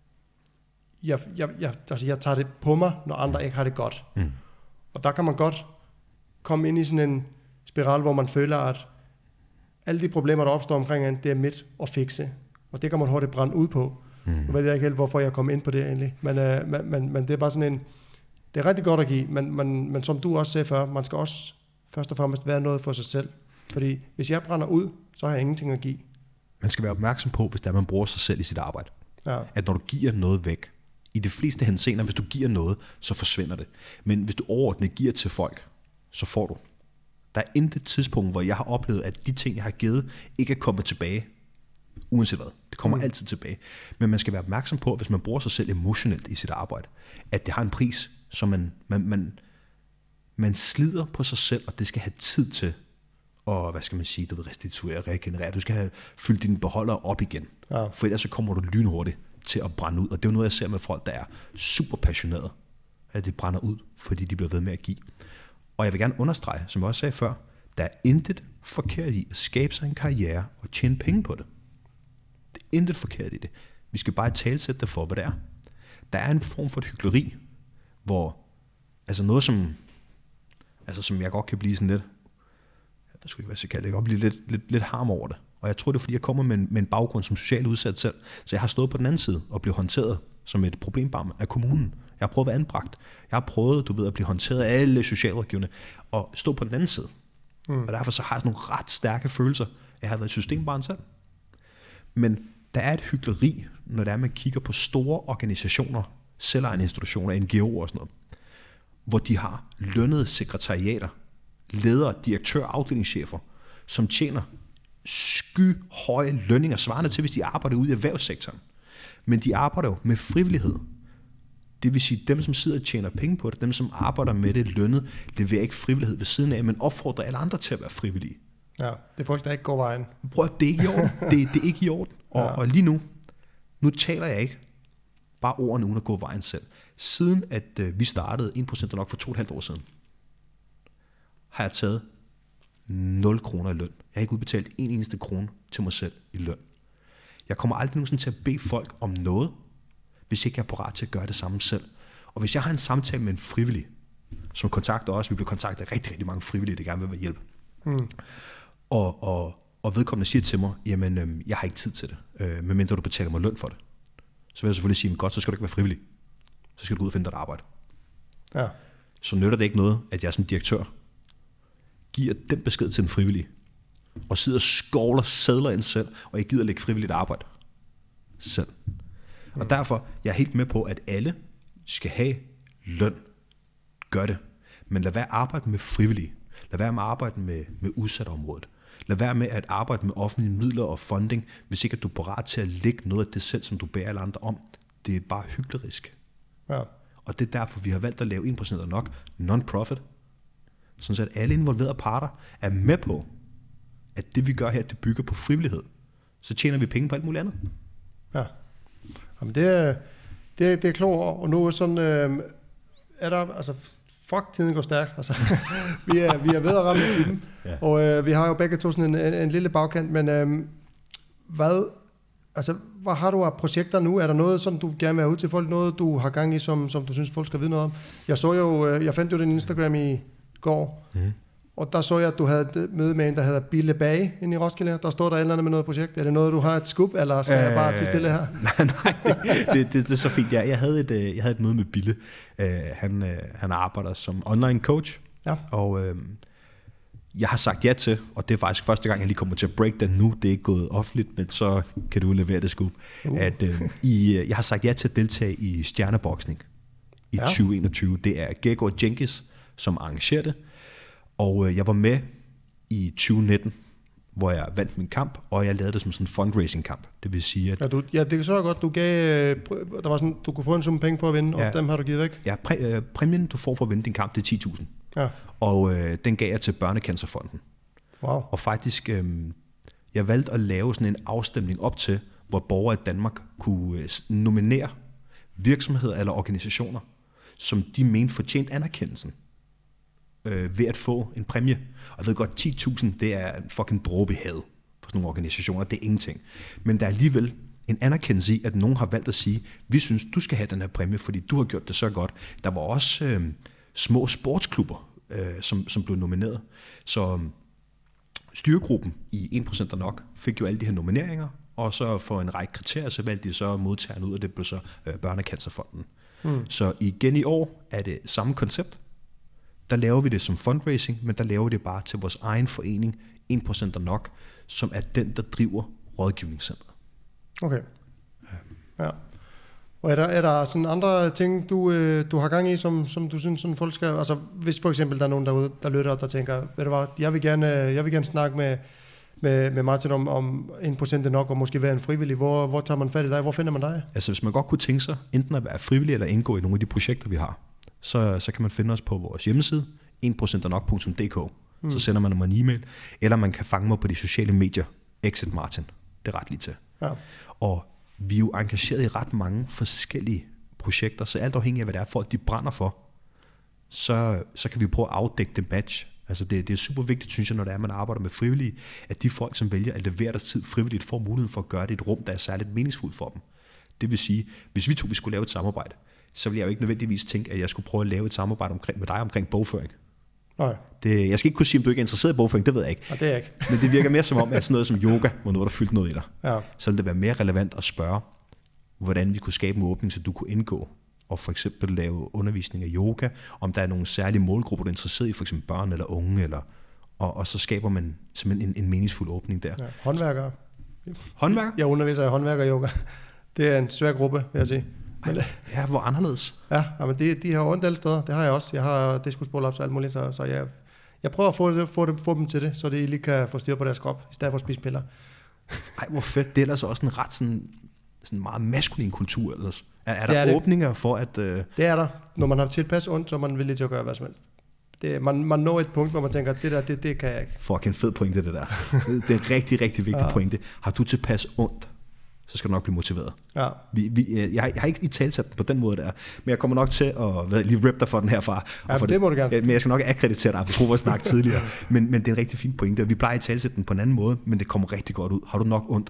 jeg, jeg, jeg, altså, jeg tager det på mig, når andre ikke har det godt. Mm. Og der kan man godt komme ind i sådan en spiral, hvor man føler, at alle de problemer, der opstår omkring en, det er mit at fikse. Og det kan man hurtigt brænde ud på. Mm. Nu ved jeg ikke helt, hvorfor jeg kom ind på det egentlig. Men, øh, men, men, men det er bare sådan en, det er rigtig godt at give, men, men, men som du også sagde før, man skal også først og fremmest være noget for sig selv. Fordi hvis jeg brænder ud, så har jeg ingenting at give. Man skal være opmærksom på, hvis der man bruger sig selv i sit arbejde. Ja. At når du giver noget væk, i de fleste henseender, hvis du giver noget, så forsvinder det. Men hvis du overordnet giver til folk, så får du. Der er intet tidspunkt, hvor jeg har oplevet, at de ting, jeg har givet, ikke er kommet tilbage. Uanset hvad. Det kommer mm. altid tilbage. Men man skal være opmærksom på, hvis man bruger sig selv emotionelt i sit arbejde, at det har en pris, så man, man, man, man slider på sig selv, og det skal have tid til at, hvad skal man sige, du ved, restituere, regenerere. Du skal have fyldt dine beholdere op igen. Ja. For ellers så kommer du lynhurtigt til at brænde ud. Og det er jo noget, jeg ser med folk, der er super passionerede, at det brænder ud, fordi de bliver ved med at give. Og jeg vil gerne understrege, som jeg også sagde før, der er intet forkert i at skabe sig en karriere og tjene penge på det. Det er intet forkert i det. Vi skal bare talsætte det for, hvad det er. Der er en form for et hykleri, hvor altså noget, som, altså som jeg godt kan blive sådan lidt, jeg ved ikke, hvad jeg skal kalde det, jeg kan godt blive lidt, lidt, lidt harm over det. Og jeg tror, det er, fordi jeg kommer med en, med en baggrund som socialt udsat selv. Så jeg har stået på den anden side og blevet håndteret som et problembarn af kommunen. Jeg har prøvet at være anbragt. Jeg har prøvet, du ved, at blive håndteret af alle socialrådgiverne og stå på den anden side. Mm. Og derfor så har jeg sådan nogle ret stærke følelser. Jeg har været et systembarn selv. Men der er et hykleri, når det er, man kigger på store organisationer, selvejende institutioner, N G O'er og sådan noget, hvor de har lønnede sekretariater, ledere, direktører, afdelingschefer, som tjener skyhøje lønninger, svarende til, hvis de arbejder ude i erhvervssektoren. Men de arbejder jo med frivillighed. Det vil sige, dem, som sidder og tjener penge på det, dem, som arbejder med det lønnet, leverer ikke frivillighed ved siden af, men opfordrer alle andre til at være frivillige. Ja, det er folk, der ikke går vejen. Prøv, det er ikke i orden. Det, det er ikke i orden. Og, ja. og lige nu, nu taler jeg ikke bare ordene uden at gå vejen selv. Siden at øh, vi startede en procent nok for to og et halvt år siden, har jeg taget nul kroner i løn. Jeg har ikke udbetalt en eneste krone til mig selv i løn. Jeg kommer aldrig nogensinde til at bede folk om noget, hvis ikke jeg er parat til at gøre det samme selv. Og hvis jeg har en samtale med en frivillig, som kontakter os, vi bliver kontaktet af rigtig, rigtig mange frivillige, der gerne vil hjælpe. Mm. Og, og, og vedkommende siger til mig, jamen, øhm, jeg har ikke tid til det, øh, medmindre du betaler mig løn for det. Så vil jeg selvfølgelig sige, godt, så skal du ikke være frivillig. Så skal du gå ud og finde dig et arbejde. Ja. Så nytter det ikke noget, at jeg som direktør giver den besked til en frivillig, og sidder og skovler sadler ind selv, og ikke gider lægge frivilligt arbejde selv. Mm. Og derfor, jeg er helt med på, at alle skal have løn. Gør det. Men lad være arbejde med frivillige. Lad være med at arbejde med, med udsat området. Lad være med at arbejde med offentlige midler og funding, hvis ikke at du er parat til at lægge noget af det selv, som du bærer alle andre om. Det er bare hyklerisk. Ja. Og det er derfor, vi har valgt at lave en procent af nok non-profit, sådan at alle involverede parter er med på, at det vi gør her, det bygger på frivillighed. Så tjener vi penge på alt muligt andet. Ja. Jamen det er, det er, det er klogt, og nu sådan, øh, er der, altså fuck, tiden går stærkt. Altså, vi, er, vi er ved at ramme tiden, ja. Og øh, vi har jo begge to sådan en, en, en lille bagkant, men øh, hvad, altså, hvad har du af projekter nu? Er der noget, som du gerne vil have ud til folk? Noget, du har gang i, som, som du synes, folk skal vide noget om? Jeg så jo, øh, jeg fandt jo din Instagram i går, mm. og der så jeg, at du havde et møde med en, der hedder Bille Bage inde i Roskilde. Der står der et eller andet med noget projekt. Er det noget, du har et scoop, eller skal øh, jeg bare til stille her? Nej, nej, det, det, det, det er så fint. Jeg, jeg, havde, et, jeg havde et møde med Bille. Uh, han, uh, han arbejder som online coach, ja. Og uh, jeg har sagt ja til, og det er faktisk første gang, jeg lige kommer til at break den nu. Det er ikke gået offentligt, men så kan du levere det scoop. Uh. At, uh, i, uh, jeg har sagt ja til at deltage i stjerneboksning i ja. tyve enogtyve. Det er Gregor Jenkins, som arrangerer det. Og jeg var med i tyve nitten, hvor jeg vandt min kamp, og jeg lavede det som sådan en fundraising-kamp. Det vil sige, at... Ja, du, ja det er så godt, du gav... Der var sådan, du kunne få en sum penge for at vinde, ja, og dem har du givet væk. Ja, præ, øh, præmien, du får for at vinde din kamp, det er ti tusind. Ja. Og øh, den gav jeg til Børnecancerfonden. Wow. Og faktisk, øh, jeg valgte at lave sådan en afstemning op til, hvor borgere i Danmark kunne øh, nominere virksomheder eller organisationer, som de mente fortjent anerkendelsen. øh, ved at få en præmie. Og jeg ved godt, ti tusind, det er en fucking dråbe i havet for sådan nogle organisationer. Det er ingenting. Men der er alligevel en anerkendelse i, at nogen har valgt at sige, vi synes, du skal have den her præmie, fordi du har gjort det så godt. Der var også øh, små sportsklubber, øh, som, som blev nomineret. Så styregruppen i en procent er nok fik jo alle de her nomineringer, og så for en række kriterier, så valgte de så modtagerne ud, og det blev så øh, Børnecancerfonden. Mm. Så igen i år er det samme koncept. Der laver vi det som fundraising, men der laver vi det bare til vores egen forening, en procent er nok, som er den, der driver rådgivningscentret. Okay. Ja. Og er der, er der sådan andre ting, du, øh, du har gang i, som, som du synes, sådan folk skal... Altså, hvis for eksempel der er nogen derude, der lytter op, der tænker, ved du hvad, jeg vil gerne, jeg vil gerne snakke med, med, med Martin om, om en procent er nok, og måske være en frivillig. Hvor, hvor tager man fat i dig? Hvor finder man dig? Altså, hvis man godt kunne tænke sig, enten at være frivillig eller indgå i nogle af de projekter, vi har, så, så kan man finde os på vores hjemmeside, en procent er nok punktum d k. Mm. Så sender man mig en e-mail, eller man kan fange mig på de sociale medier, Exit Martin. Det er ret lige til. Ja. Og vi er jo engageret i ret mange forskellige projekter, så alt afhængig af, hvad det er, folk de brænder for, så, så kan vi prøve at afdække det match. Altså det, det er super vigtigt, synes jeg, når det er, man arbejder med frivillige, at de folk, som vælger at levere deres tid frivilligt, får muligheden for at gøre det i et rum, der er særligt meningsfuldt for dem. Det vil sige, hvis vi to vi skulle lave et samarbejde, så ville jeg jo ikke nødvendigvis tænke, at jeg skulle prøve at lave et samarbejde omkring, med dig omkring bogføring. Nej. Det, jeg skal ikke kunne sige, om du ikke er interesseret i bogføring, det ved jeg ikke. Nej, det er jeg ikke. Men det virker mere som om, at sådan noget som yoga, hvor noget der fyldt noget i dig, ja. Så ville det være mere relevant at spørge, hvordan vi kunne skabe en åbning, så du kunne indgå og for eksempel lave undervisning af yoga, om der er nogle særlige målgrupper, du er interesseret i, for eksempel børn eller unge, eller, og, og så skaber man simpelthen en, en meningsfuld åbning der. Ja. Håndværkere. Håndværker? Jeg underviser i håndværker-yoga. Det er en svær gruppe, vil jeg sige. Men, ja, hvor anderledes? Ja, men de, de har ondt alle steder. Det har jeg også. Jeg har diskusprolaps og alt muligt, så, så jeg, jeg prøver at få, det, få, dem, få dem til det, så de lige kan få styr på deres krop, i stedet for at spise piller. Ej, hvor fedt. Det er ellers også en ret sådan, sådan meget maskulin kultur ellers. Er, er der er åbninger for at... Øh... Det er der. Når man har tilpas ondt, så er man villig til at gøre hvad som helst. Det, man, man når et punkt, hvor man tænker, det der, det, det kan jeg ikke. Fucking fed pointe, det der. Det er en rigtig, rigtig vigtig ja. pointe. Har du tilpas ondt, så skal du nok blive motiveret. Ja. Vi, vi, jeg, har, jeg har ikke i talsat den på den måde der, men jeg kommer nok til at hvad, lige rip dig for den her far. Ja, for det må du gerne. Men jeg skal nok akkreditere dig, apropos vores snak tidligere. Men, men det er en rigtig fin pointe, og vi plejer at talsætte den på en anden måde, men det kommer rigtig godt ud. Har du nok ondt,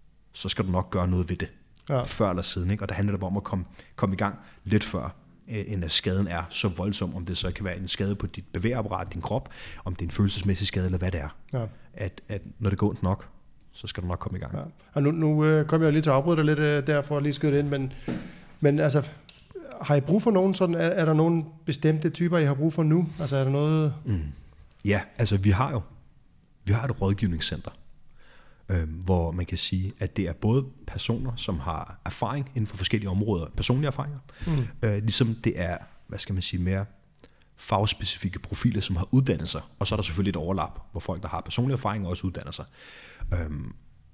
så skal du nok gøre noget ved det. Ja. Før eller siden, ikke? Og der handler det om at komme, komme i gang lidt før, end at skaden er så voldsom, om det så kan være en skade på dit bevægeapparat, din krop, om det er en følelsesmæssig skade, eller hvad det er. Ja. At, at når det går ondt nok, så skal du nok komme i gang. Ja. Og nu, nu øh, kommer jeg lige til at afbryde dig lidt øh, der, for at lige skyde det ind, men, men altså, har I brug for nogen sådan, er, er der nogle bestemte typer, I har brug for nu? Altså er der noget... Mm. Ja, altså vi har jo, vi har et rådgivningscenter, øh, hvor man kan sige, at det er både personer, som har erfaring inden for forskellige områder, personlige erfaringer, mm. øh, ligesom det er, hvad skal man sige, mere fagspecifikke profiler, som har uddannet sig, og så er der selvfølgelig et overlap, hvor folk, der har personlige erfaringer, også uddanner sig. Øhm,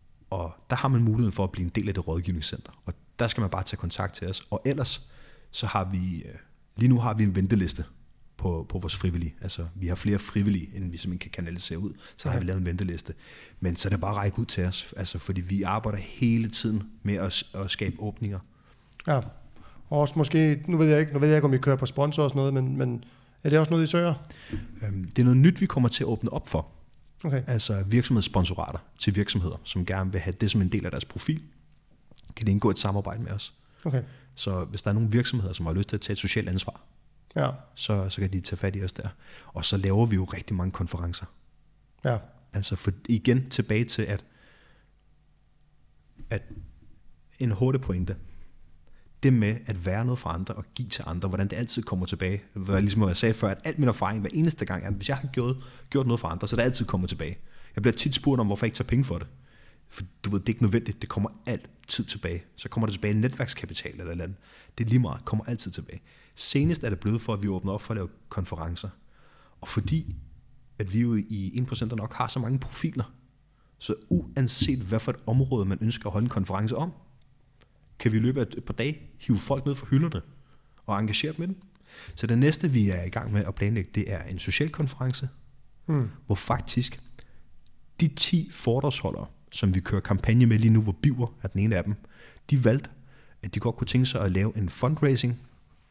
og der har man muligheden for at blive en del af det rådgivningscenter, og der skal man bare tage kontakt til os. Og ellers, så har vi, lige nu har vi en venteliste på, på vores frivillige. Altså, vi har flere frivillige, end vi simpelthen kan kanalisere ud, så har vi lavet en venteliste. Men så er det bare at række ud til os, altså, fordi vi arbejder hele tiden med at, at skabe åbninger. Ja, og også måske, nu ved jeg ikke, nu ved jeg ikke, om I kører på sponsor og sådan noget, men, men er det også noget, I søger? Det er noget nyt, vi kommer til at åbne op for. Okay. Altså virksomhedssponsorater til virksomheder, som gerne vil have det som en del af deres profil, kan det indgå et samarbejde med os. Okay. Så hvis der er nogle virksomheder, som har lyst til at tage et socialt ansvar, ja. så, så kan de tage fat i os der. Og så laver vi jo rigtig mange konferencer. Ja. Altså for, igen tilbage til, at, at en hurtig pointe, det med at være noget for andre og give til andre, hvordan det altid kommer tilbage. Ligesom jeg sagde før, at alt min erfaring hver eneste gang, at hvis jeg har gjort, gjort noget for andre, så det altid kommer tilbage. Jeg bliver tit spurgt om, hvorfor jeg ikke tager penge for det. For du ved, det er ikke nødvendigt, det kommer altid tilbage. Så kommer det tilbage i netværkskapital eller andet. Det er lige meget, kommer altid tilbage. Senest er det blevet for, at vi åbner op for at lave konferencer. Og fordi, at vi jo i en procent nok har så mange profiler, så uanset hvad for et område, man ønsker at holde en konference om, kan vi i løbet af et par dage hive folk ned fra hylderne og engagere dem med dem. Så det næste, vi er i gang med at planlægge, det er en social konference, hmm. hvor faktisk de ti foredragsholdere, som vi kører kampagne med lige nu, hvor Biver er den ene af dem, de valgte, at de godt kunne tænke sig at lave en fundraising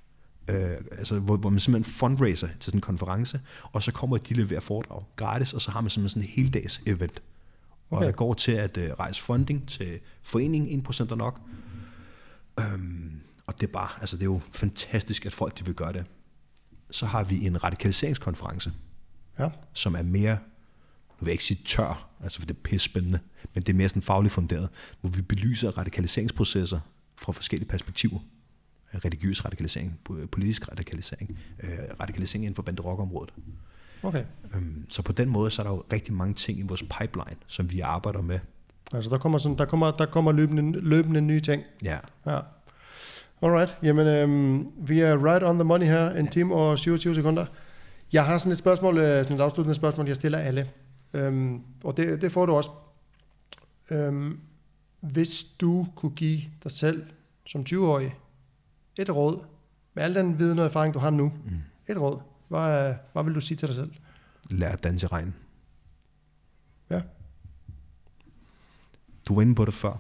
øh, altså, hvor, hvor man simpelthen fundraiser til sådan en konference, og så kommer de leverer foredrag gratis, og så har man simpelthen sådan en heldags event. Og okay. der går til at øh, rejse funding til foreningen, en procent er nok. Øhm, og det er bare, altså det er jo fantastisk, at folk de vil gøre det. Så har vi en radikaliseringskonference, ja. som er mere, nu vil jeg ikke sige tør, altså for det er pissespændende, men det er mere sådan fagligt funderet, hvor vi belyser radikaliseringsprocesser fra forskellige perspektiver. Religiøs radikalisering, politisk radikalisering, øh, radikalisering inden for banderockområdet. Okay. Øhm, så på den måde, så er der jo rigtig mange ting i vores pipeline, som vi arbejder med. Altså der kommer, sådan, der kommer, der kommer løbende, løbende nye ting. Ja. Ja. Alright, jamen øhm, vi er right on the money her, en time og syvogtyve sekunder. Jeg har sådan et spørgsmål, sådan et afsluttende spørgsmål, jeg stiller alle. Øhm, og det, det får du også. Øhm, hvis du kunne give dig selv som tyve-årig et råd, med al den viden og erfaring, du har nu, mm. et råd, hvad, hvad vil du sige til dig selv? Lær at danse i regn. Ja. Du var inde på det før.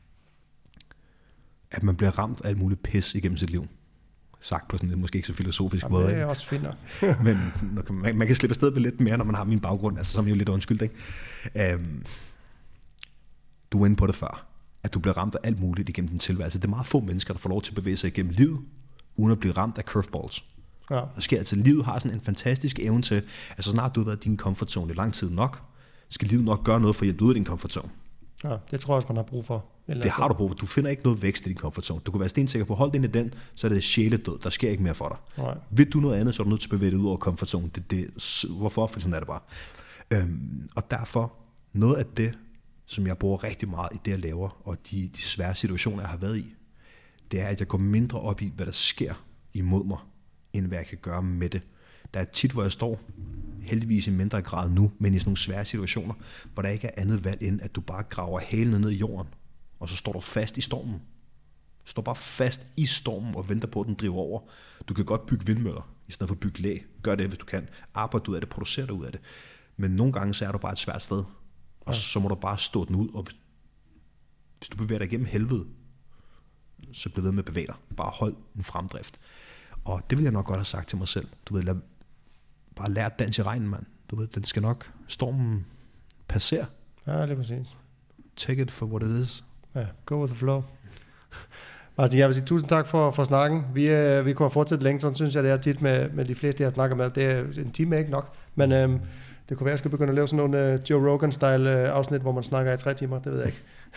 At man bliver ramt af alt muligt pis igennem sit liv. Sagt på sådan en måske ikke så filosofisk Jamen, måde. det er også fint. Men man, man kan slippe afsted med lidt mere, når man har min baggrund. Altså, så er man jo lidt undskyldt, ikke? Um, du var inde på det før. At du bliver ramt af alt muligt igennem din tilværelse. Det er meget få mennesker, der får lov til at bevæge sig igennem livet, uden at blive ramt af curveballs. Ja. Der sker altså, livet har sådan en fantastisk evne til, altså snart du har været i din comfort zone i lang tid nok, skal livet nok gøre noget for at hjælpe dig ud af din comfort zone. Ja, det tror jeg også, man har brug for. Det har du brug for. Du finder ikke noget vækst i din comfort zone. Du kan være stensikker på, hold dig ind i den, så er det sjæledød. Der sker ikke mere for dig. Nej. Vil du noget andet, så er du nødt til at bevæge dig ud over comfort zone. Det, det, hvorfor? For sådan er det bare. Øhm, og derfor, noget af det, som jeg bruger rigtig meget i det, jeg laver, og de, de svære situationer, jeg har været i, det er, at jeg går mindre op i, hvad der sker imod mig, end hvad jeg kan gøre med det. Der er tit, hvor jeg står, heldigvis i mindre grad nu, men i sådan nogle svære situationer, hvor der ikke er andet valg end, at du bare graver hælene ned i jorden, og så står du fast i stormen. Du står bare fast i stormen og venter på, at den driver over. Du kan godt bygge vindmøller, i stedet for at bygge læ. Gør det, hvis du kan. Arbejde ud af det, producere dig ud af det. Men nogle gange, så er du bare et svært sted, og ja. så må du bare stå den ud, og hvis, hvis du bevæger dig igennem helvede, så bliver ved med at bevæge dig. Bare hold en fremdrift. Og det vil jeg nok godt have sagt til mig selv. Du ved, lad, bare lær at danse i regnen, mand. Du ved, den skal nok, stormen passere. Ja, det er præcis. Take it for what it is. Ja, go with the flow. Martin, jeg vil sige tusind tak for, for snakken. Vi, øh, vi kunne have fortsat længe, sådan synes jeg, det er tit med, med de fleste, jeg snakker med. Det er en time ikke nok, men øhm, det kunne være, at jeg skal begynde at lave sådan nogle uh, Joe Rogan-style uh, afsnit, hvor man snakker i tre timer. Det ved jeg ikke.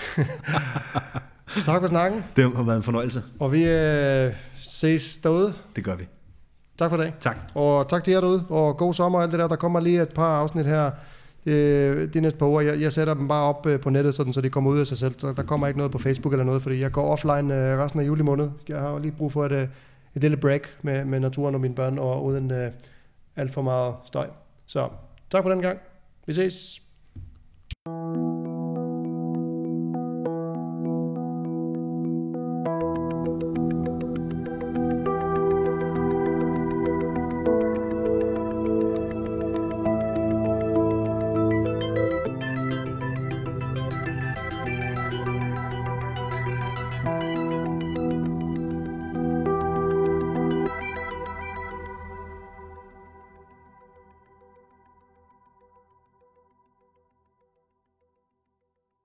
Tak for snakken. Det har været en fornøjelse. Og vi øh, ses derude. Det gør vi. Tak for det. Tak. Og tak til jer derude, og god sommer og alt det der. Der kommer lige et par afsnit her øh, de næste par uger. Jeg, jeg sætter dem bare op øh, på nettet, sådan, så de kommer ud af sig selv. Så der kommer ikke noget på Facebook eller noget, fordi jeg går offline øh, resten af juli måned. Jeg har lige brug for et, øh, et lille break med, med naturen og mine børn, og uden øh, alt for meget støj. Så tak for den gang. Vi ses.